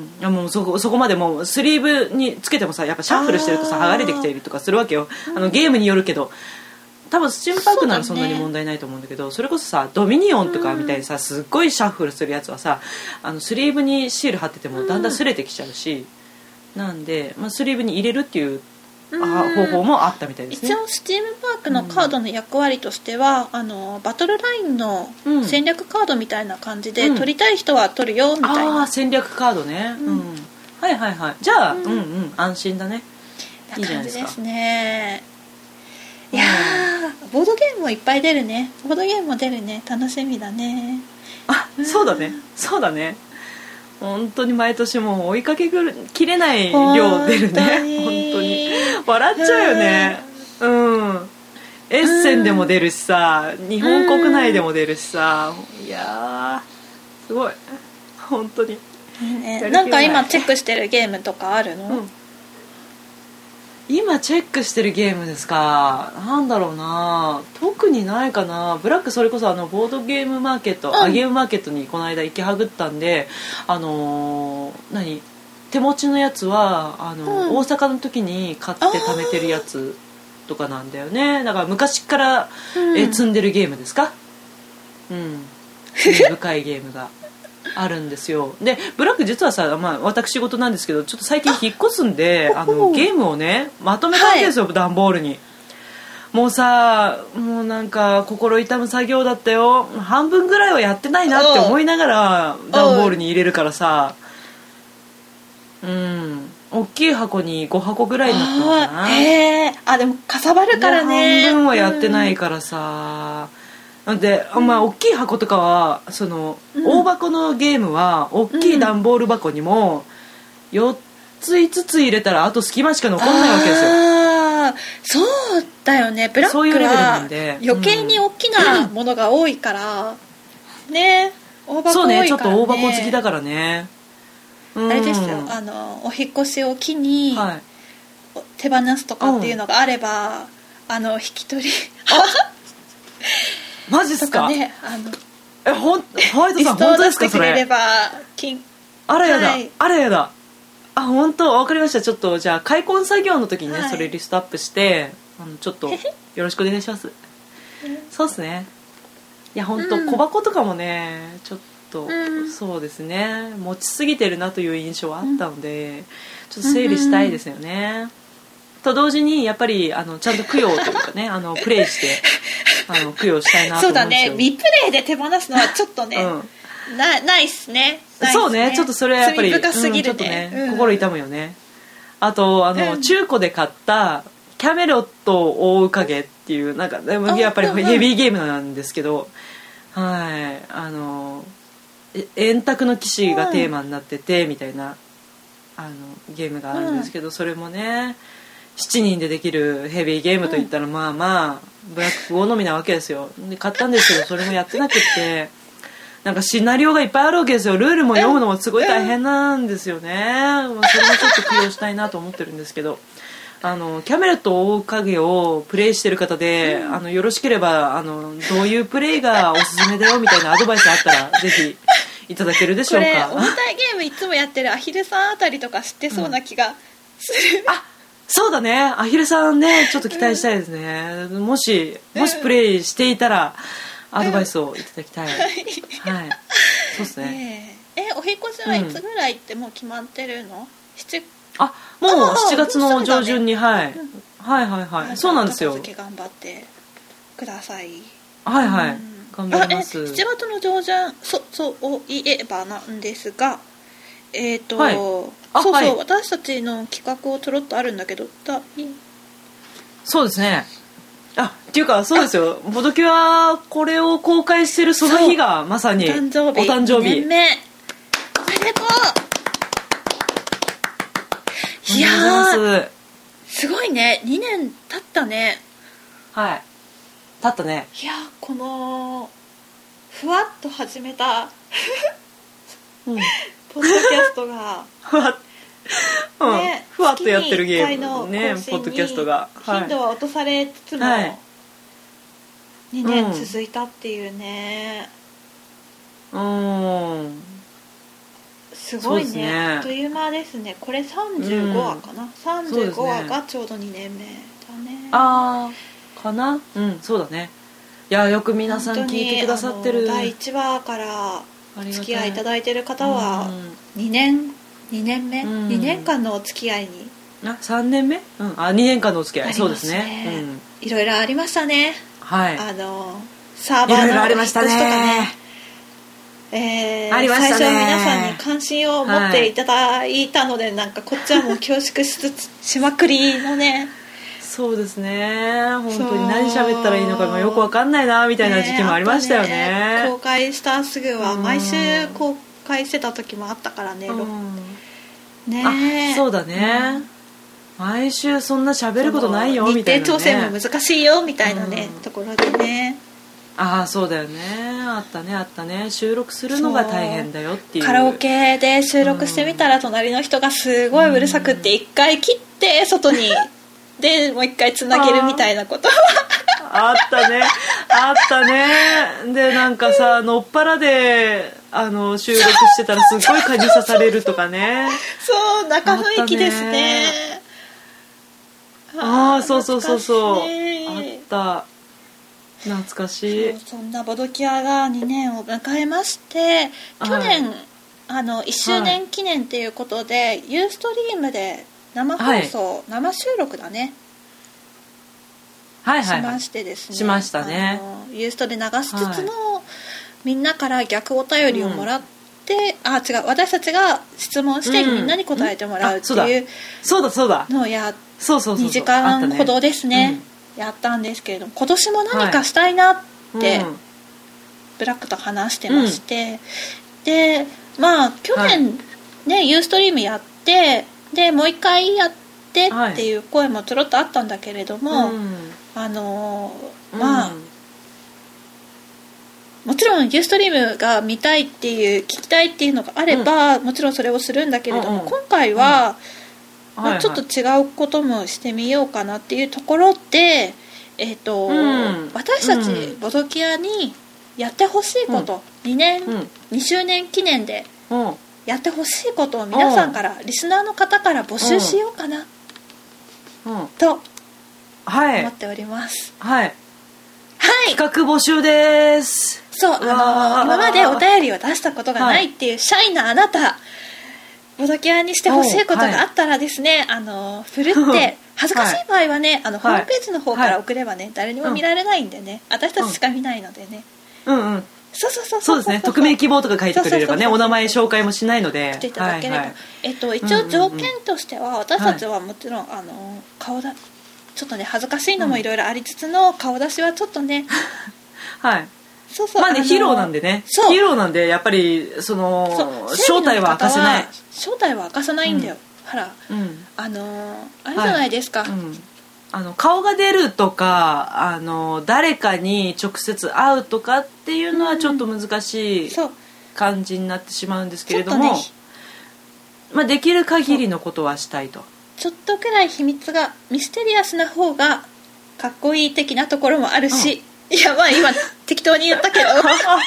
いやもうそこそこまでもうスリーブにつけてもさ、やっぱシャッフルしてるとさ剥がれてきたりとかするわけよ。あのゲームによるけど。多分スチームパークならそんなに問題ないと思うんだけど、 そ, ね、それこそさドミニオンとかみたいにさすっごいシャッフルするやつはさ、あのスリーブにシール貼っててもだんだん擦れてきちゃうし、なんで、まあ、スリーブに入れるっていう方法もあったみたいですね。 一応スチームパークのカードの役割としては、うん、あのバトルラインの戦略カードみたいな感じで、うん、取りたい人は取るよみたいな、 あ、戦略カードね、うんうん、はいはいはい、じゃあ、うん、うんうん安心だね。いいじゃないですか。 な感じですね。いやー、ボードゲームもいっぱい出るね。ボードゲームも出るね。楽しみだね。 あ、そうだね、そうだね。本当に毎年もう追いかけきれない量出るね。本当に笑っちゃうよね。うん、エッセンでも出るしさ、日本国内でも出るしさ、いやーすごい本当に、 ね、なんか今チェックしてるゲームとかあるの？うん、 今チェックしてるゲームですか。なんだろうな、特にないかな。ブラックそれこそあのボードゲームマーケット、うん、あゲームマーケットにこの間行きはぐったんで、あのー、何手持ちのやつはあの、うん、大阪の時に買って貯めてるやつとかなんだよね。だから昔から、うん、え積んでるゲームですか。うん深いゲームがあるんですよ。でブラック実はさ、まあ、私事なんですけど、ちょっと最近引っ越すんで、あのゲームをねまとめたわけですよ、はい、段ボールに。もうさ、もうなんか心痛む作業だったよ。半分ぐらいはやってないなって思いながら段ボールに入れるからさ、うん大きい箱にご箱ぐらいになったのかな。 へー、あでもかさばるからね。 半分はやってないからさ、で、まあ、大きい箱とかはその、うん、大箱のゲームは大きい段ボール箱にもよっついつつ入れたらあと隙間しか残んないわけですよ。 あそうだよね。ブラックは余計に大きなものが多いから、うん、ね大箱多いからね。 そうね、ちょっと大箱好きだからね、うん、 あれですよ、あのお引越しを機に、はい、手放すとかっていうのがあれば、うん、あの引き取りマジっすか。 ね、あのえほんホワイトさん本当ですかそれ。 リストを出してくれれば金あらやだ、はい、あらやだ。あ本当わかりました。ちょっとじゃあ開墾作業の時にね、はい、それリストアップしてあのちょっとよろしくお願いしますそうですね。いや本当、うん、小箱とかもねちょっと、うん、そうですね持ちすぎてるなという印象はあったので、うん、ちょっと整理したいですよね、うん、と同時にやっぱりあのちゃんと供養というかねあのプレイしてあの供養したいなと思うんですよ。 そうだね、未プレイで手放すのはちょっとね、うん、な, ないっすね。 そうね、ちょっとそれはやっぱり罪深すぎるね、 うん、ちょっとね、 うん、 心痛むよね。あとあの、うん、中古で買ったキャメロットを覆う影っていうなんかやっぱりヘビーゲームなんですけど、うんうん、はいあの円卓の騎士がテーマになってて、うん、みたいなあのゲームがあるんですけど、うん、それもねしちにんでできるヘビーゲームといったら、うん、まあまあブラック好みなわけですよ。で買ったんですけどそれもやってなくってなんかシナリオがいっぱいあるわけですよ。ルールも読むのもすごい大変なんですよね。それもちょっと供養したいなと思ってるんですけど、あのキャメロットを追う影をプレイしてる方で、うん、あのよろしければあのどういうプレイがおすすめだよみたいなアドバイスあったらぜひいただけるでしょうか。 これ重たいゲームいつもやってるアヒルさんあたりとか知ってそうな気がする、うん、 あそうだね、アヒルさんねちょっと期待したいですね、うん、もしもしプレイしていたらアドバイスをいただきたい、うん、はいそうですね。 ねええお引越しはいつぐらいってもう決まってるの？しちあもうしちがつの上旬に、ねはいうん、はいはいはいそうなんですよ。 片付け頑張ってください。 はいはい、うん、頑張ります。 しちがつの上旬そそう言えばなんですがえっ、ー、と、はい、そうそう、はい、私たちの企画をちょろっとあるんだけどだそうですね。あっていうかそうですよ、ボドキュはこれを公開してるその日がまさにお誕生日にねんめおめでとう。いやーすごいね、にねん経ったね。 はい経ったね。 いやこのふわっと始めた、うん、ポッドキャストがふわっうんね、ふわっとやってるゲームねポッドキャストが頻度は落とされつつも、はい、にねん続いたっていうね、うん、すごい ね, ねあっという間ですね。これさんじゅうごわかな、うん、さんじゅうごわがちょうどにねんめだね。 ああかな、うんそうだね。いやよく皆さん聞いてくださってる。 だいいちわから付き合いいただいてる方はにねんにねんめ、うん、にねんかんのお付き合いにあさんねんめ、うん、あにねんかんのお付き合い、そうですね、 うん、いろいろありましたね。 はいあのサーバーの引っ越しとかね、えー、 ありましたね。 最初皆さんに関心を持っていただいたので、はい、なんかこっちはもう恐縮しつつしまくりのねそうですね本当に何喋ったらいいのかもよく分かんないなみたいな時期もありましたよ ね, ね公開したすぐは毎週公開してた時もあったからね、うん、 ねあそうだね、うん、毎週そんな喋ることないよみたいな、ね、 日程調整も難しいよみたいなね、うん、ところでねああそうだよねあったねあったね収録するのが大変だよっていう。 カラオケで収録してみたら隣の人がすごいうるさくって一回切って外にでもう一回つなげるみたいなことあったねあったね。でなんかさのっぱらであの収録してたらすっごい蚊に刺されるとかね。 そう中雰囲気ですね。 ああそうそうそうそうあった懐かしい。 そ, そんなボドキアがにねんを迎えまして、去年、はい、あのいっしゅうねん記念っていうことで、はい、ユーストリームで生放送、はい、生収録だね、 はいはいはい、 しましてですね、 しましたね。 あのユーストで流しつつの、はい、みんなから逆お便りをもらって、うん、あ違う私たちが質問して、うん、みんなに答えてもらうっていうのをやってにじかんほどですね、うん、やったんですけれども、今年も何かしたいなってブラックと話してまして、うん、でまあ去年ね、はい、ユーストリームやってでもう一回やってっていう声もちょろっとあったんだけれども、はい、あのまあ、うん、もちろんユーストリームが見たいっていう聞きたいっていうのがあれば、うん、もちろんそれをするんだけれども、うんうん、今回は、うんまあ、ちょっと違うこともしてみようかなっていうところで、えーとうん、私たちボドキアにやってほしいこと、うん、にねん、うん、にしゅうねん記念でやってほしいことを皆さんから、うん、リスナーの方から募集しようかな、うん、と思っております。 はい、はい、企画募集です。 そうあの今までお便りを出したことがないっていうシャイなあなた、ボドキアにしてほしいことがあったらですね、はい、あのふるって恥ずかしい場合はね、はい、あのホームページの方から送ればね、はい、誰にも見られないんでね、うん、私たちしか見ないのでね、 うんうんそうそうそうそうですね、匿名希望とか書いてくれればね、お名前紹介もしないのでしていただければ、はいはい、えっと、一応条件としては、うんうんうん、私たちはもちろん、はい、あの顔だちょっとね恥ずかしいのもいろいろありつつの、うん、顔出しはちょっとねはいそうそうまあね、ヒーローなんでね、ヒーローなんでやっぱりその正体は明かせない、 正体は明かさないんだよ、うん、ほら、うん、あのあれじゃないですか、はいうん、 あの顔が出るとかあの誰かに直接会うとかっていうのはちょっと難しい感じになってしまうんですけれども、ねまあ、できる限りのことはしたいと。 ちょっとくらい秘密がミステリアスな方がかっこいい的なところもあるし、うん、いやまあ今適当に言ったけどそう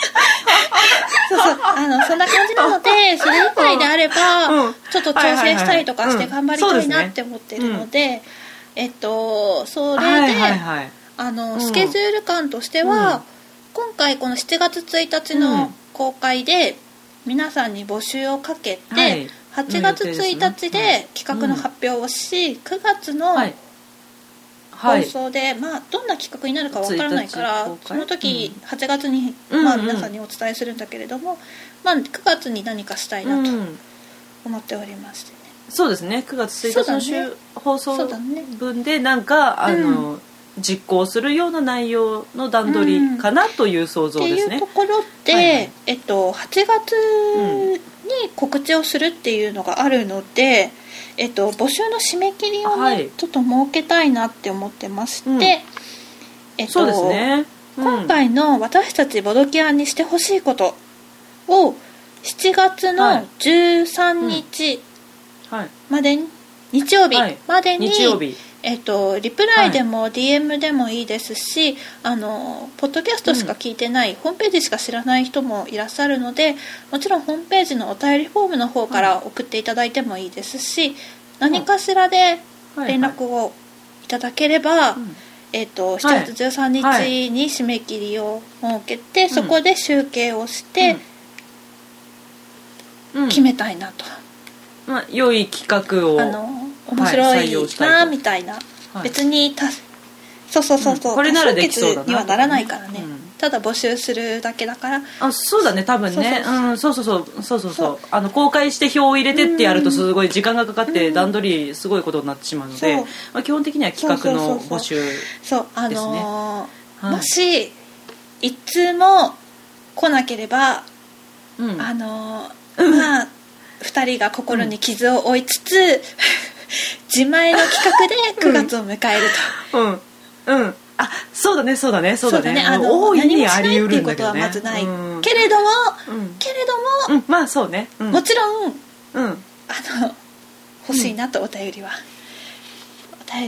そうあのそんな感じなので、それ以外であれば、うん、ちょっと調整したりとかして頑張りたいなって思ってるので、えっとそれで、はいはいはい、あの、うん、スケジュール感としては、うん、今回このしちがつついたちの公開で皆さんに募集をかけて、はい、はちがつついたちで企画の発表をし、うん、くがつの放送で、はいまあ、どんな企画になるかわからないからその時はちがつに、うんまあ、皆さんにお伝えするんだけれども、うんまあ、くがつに何かしたいなと思っておりましてね、 うん、そうですねくがつついたちの週、ね、放送分でなんか、あの、うん、実行するような内容の段取りかなという想像ですね、 うん、っていうところで、はいはいえっと、はちがつに告知をするっていうのがあるので、えっと、募集の締め切りをね、はい、ちょっと設けたいなって思ってまして、うんえっと、そうですね、うん、今回の私たちボドキアンにしてほしいことをしちがつのじゅうさんにちまでに、はいうんはい、日曜日までに、 日曜日えっと、リプライでも ディーエム でもいいですし、はい、あのポッドキャストしか聞いてない、うん、ホームページしか知らない人もいらっしゃるので、もちろんホームページのお便りフォームの方から送っていただいてもいいですし、うん、何かしらで連絡をいただければ、はいはいえっと、しちがつじゅうさんにちに締め切りを設けて、はい、そこで集計をして、うん、決めたいなと、 まあ、良い企画をあの面白いなみたいな、はい、別にたそうそうそうそう、うん、 これならできそうだなにはならないからね、うん、ただ募集するだけだから。 あそうだね多分ねそうそうそうそうそうそうあの公開して票を入れてってやるとすごい時間がかかって段取りすごいことになってしまうので、まあ、基本的には企画の募集ですね。 そうあのーはい、もしいつも来なければ、うん、あのー、まあふたりが心に傷を負いつつ、うん自前の企画でくがつを迎えると、 うんうん、うん、あそうだねそうだねそうだね、そうだねあの大いにあり得るんだけどね、何もしないっていうことはまずない、うん、けれども、うん、けれども、 うん、まあそうね、うん、 もちろん、うん、あの欲しいなと、 うん、 お便りはお便りは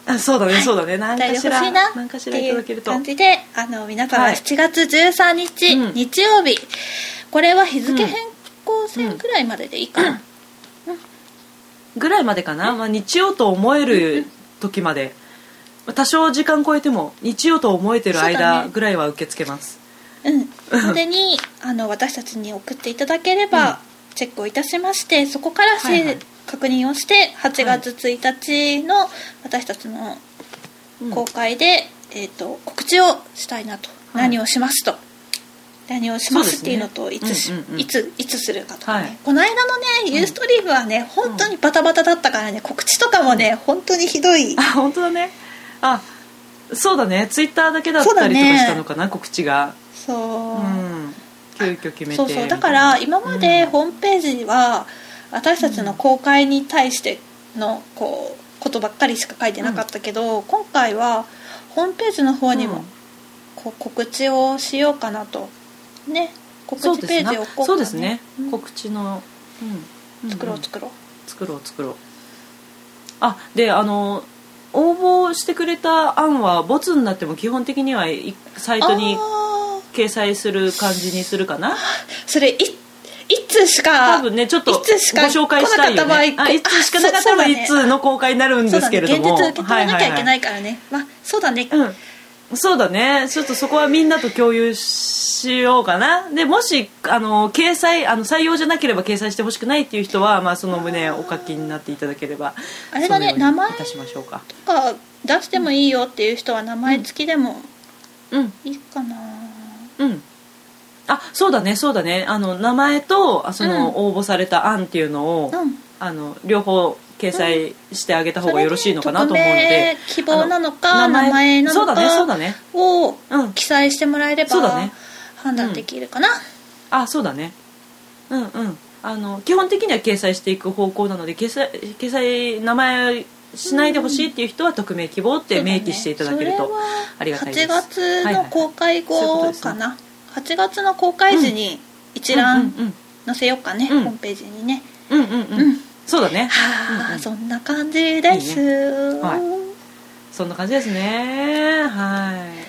あそうだね、はい、そうだね、何かしら何かしらいただけるとっていう感じで、あの皆様しちがつじゅうさんにち、はい、日曜日、これは日付変更線ぐらいまででいいかな、 うんうん、ぐらいまでかな、まあ、日曜と思える時まで、多少時間超えても日曜と思えてる間ぐらいは受け付けます。 う、ね、うん、それにあの私たちに送っていただければ、うん、チェックをいたしまして、そこから、はいはい、確認をしてはちがつついたちの私たちの公開で、うん、えー、と告知をしたいなと、はい、何をしますと何をしますっていうのと、いつし、うんうんうん、いついつするかとかね、はい、この間のねユーストリームはね、うん、本当にバタバタだったからね、告知とかもね、うん、本当にひどい。 あ、本当だね。あ、そうだね、ツイッターだけだったりとかしたのかな、ね、告知が。 そう、うん、 急遽決めて。 そうそう、だから今までホームページは私たちの公開に対してのこうことばっかりしか書いてなかったけど、うん、今回はホームページの方にもこう告知をしようかなとね、告知ページを置こうかね。 そうですね、うん、告知の、 うん、作ろう作ろう作ろう作ろう。あ、で、あの応募してくれた案はボツになっても基本的にはサイトに掲載する感じにするかな。 それいいつしか多分ね、ちょっとご紹介したいよね。あ、いつしかなかったらいつの公開になるんですけれども、 現実受け止めなきゃいけないからね、はいはいはい、まあそうだね、 うん、そうだね、ちょっとそこはみんなと共有しようかな。で、もしあの掲載あの採用じゃなければ掲載してほしくないっていう人は、まあ、その旨お書きになっていただければ、 あれだね、名前いたしましょうかとか出してもいいよっていう人は名前付きでもいいかな。 うん、うん、あ、そうだね、そうだね、あの名前とその、うん、応募された案っていうのを、うん、あの両方掲載してあげた方がよろしいのかなと思うので、 希望なのか名前なのかを記載してもらえれば判断できるかな。 あ、そうだね、うんうん、あの基本的には掲載していく方向なので、掲載、掲載名前しないでほしいっていう人は匿名希望って明記していただけるとありがたいです。 はちがつの公開後かな、はちがつの公開時に一覧載せようかね、うんうんうん、ホームページにね、 うんうんうん、うん、そうだね、 はあ、うんうん、そんな感じです。いいね、 はい、そんな感じですね。はい、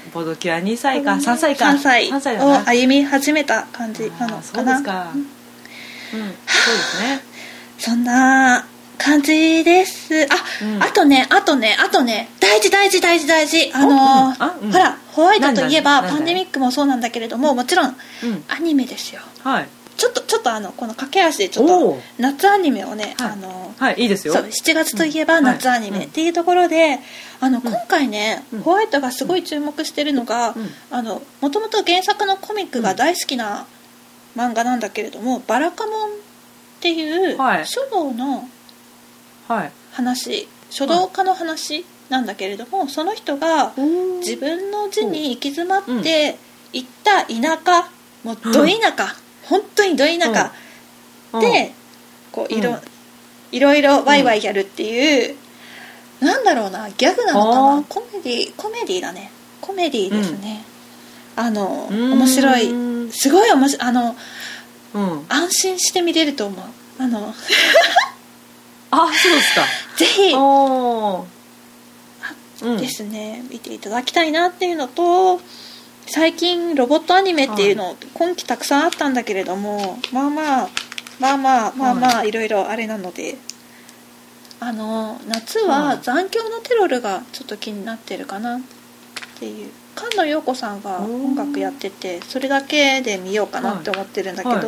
ボドキはにさいかさんさいかさんさいを歩み始めた感じなのかな。 そうですか、うん、うん、そうですね、 そんな感じです。あ、うん、あとねあとねあとね大事大事大事大事あのーうんあうん、ほらホワイトといえばパンデミックもそうなんだけれども、もちろん、うん、アニメですよ。 はい、 ちょっとちょっとあのこの駆け足でちょっと夏アニメをね、 はい、 あのはい、いいですよ。 そう、しちがつといえば夏アニメっていうところで、うん、あの今回ね、うん、ホワイトがすごい注目してるのが、うん、あのもともと原作のコミックが大好きな漫画なんだけれども、バラカモンっていう書道の話、はい、書道家の話なんだけれども、その人が自分の字に行き詰まって行った田舎、もうど田舎、本当にど田舎でこういろ、うん、いろいろワイワイやるっていう、うん、なんだろうな、ギャグなのかな、コメディコメディだね、コメディですね、うん、あの面白い、すごい面白い、あの、うん、安心して見れると思う。あのあ、そうですか。 ぜひおですね、見ていただきたいなっていうのと、最近ロボットアニメっていうの、はい、今期たくさんあったんだけれども、まあまあまあまあまあまあ、はい、いろいろあれなので、あの夏は残響のテロルがちょっと気になってるかなっていう、菅野陽子さんが音楽やってて、それだけで見ようかなって思ってるんだけど、はい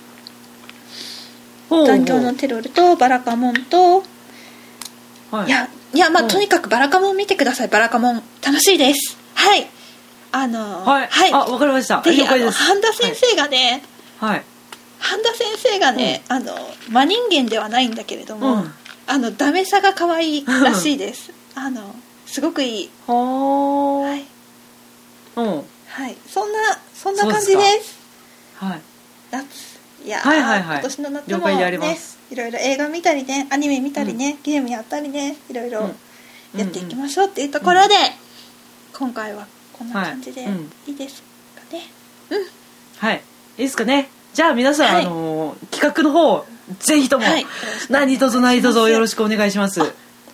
はい、残響のテロルとバラカモンと、はい、いやいやまあとにかくバラカモン見てください。バラカモン楽しいです。はい、あのはい、はい、あ、わかりました。 ぜひあの半田先生がね、 はい、 半田先生がね、うん、あの真人間ではないんだけれども、うん、あのダメさが可愛いらしいです。あのすごくいい。 は、はい、うん、 はい、そんなそんな感じです。 はい、 夏、いや、 はいはいはい、 今年の夏了も解であります。 ね、いろいろ映画見たりね、アニメ見たりね、うん、ゲームやったりね、いろいろやっていきましょうっていうところで、うん、今回はこんな感じでいいですかね。うん、うん、 はい、いいですかね。じゃあ皆さん、はい、あの企画の方ぜひとも、はい、何卒何卒よろしくお願いします。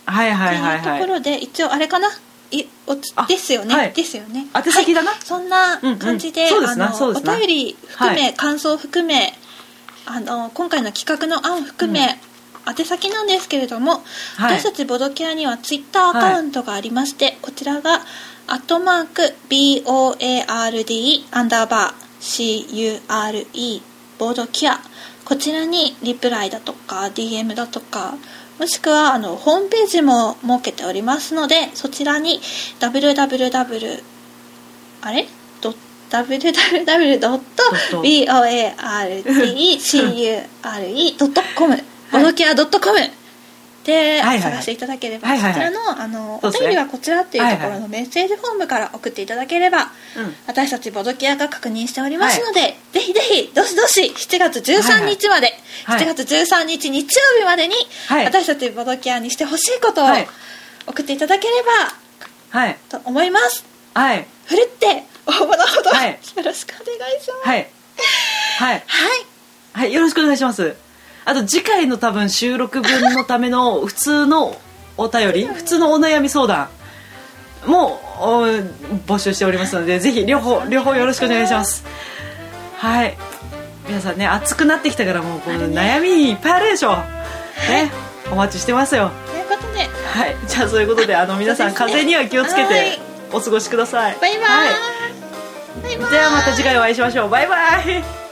はいはいはいというはいところで一応あれかないおつあですよね、 はいですよね宛先だな、 はい、そんな感じで、 うんうん、そうですなあのそうですなお便り含め、 はい、 感想含めあの今回の企画の案含め、うん、宛先なんですけれども、はい、私たちボドキャにはツイッターアカウントがありまして、はい、こちらがアットマーク ビーオーエーアールディー アンダーバー シーユーアールイー ボードキャ、こちらにリプライだとか ディーエム だとか、もしくはあのホームページも設けておりますので、そちらに ダブリューダブリューダブリュー あれ ダブリューダブリューダブリュードットビーオーエーアールディーシーユーアールイードットコム ボドキャ .com で探していただければ、はいはいはい、そちらの、あのお便りはこちらっていうところのメッセージフォームから送っていただければ、はいはい、私たちボドキャが確認しておりますので、はい、ぜひぜひどしどししちがつじゅうさんにちまで、はいはい、しちがつじゅうさんにち日曜日までに、はい、私たちボドキャにしてほしいことを送っていただければ、はい、と思います、はい、ふるって応募のほど、はい、よろしくお願いします。はいはい、はいはい、よろしくお願いします。あと次回の多分収録分のための普通のお便り普通のお悩み相談も募集しておりますので、ぜひ両方両方よろしくお願いします。はい、皆さんね、暑くなってきたからもうこの悩みいっぱいあるでしょ、はい、ね、お待ちしてますよ。 ということで、 はい、じゃあそういうことであの皆さん、ね、風邪には気をつけてお過ごしください。 バイバイ、 はい、 バイバイ。 ではまた次回お会いしましょう。バイバイ。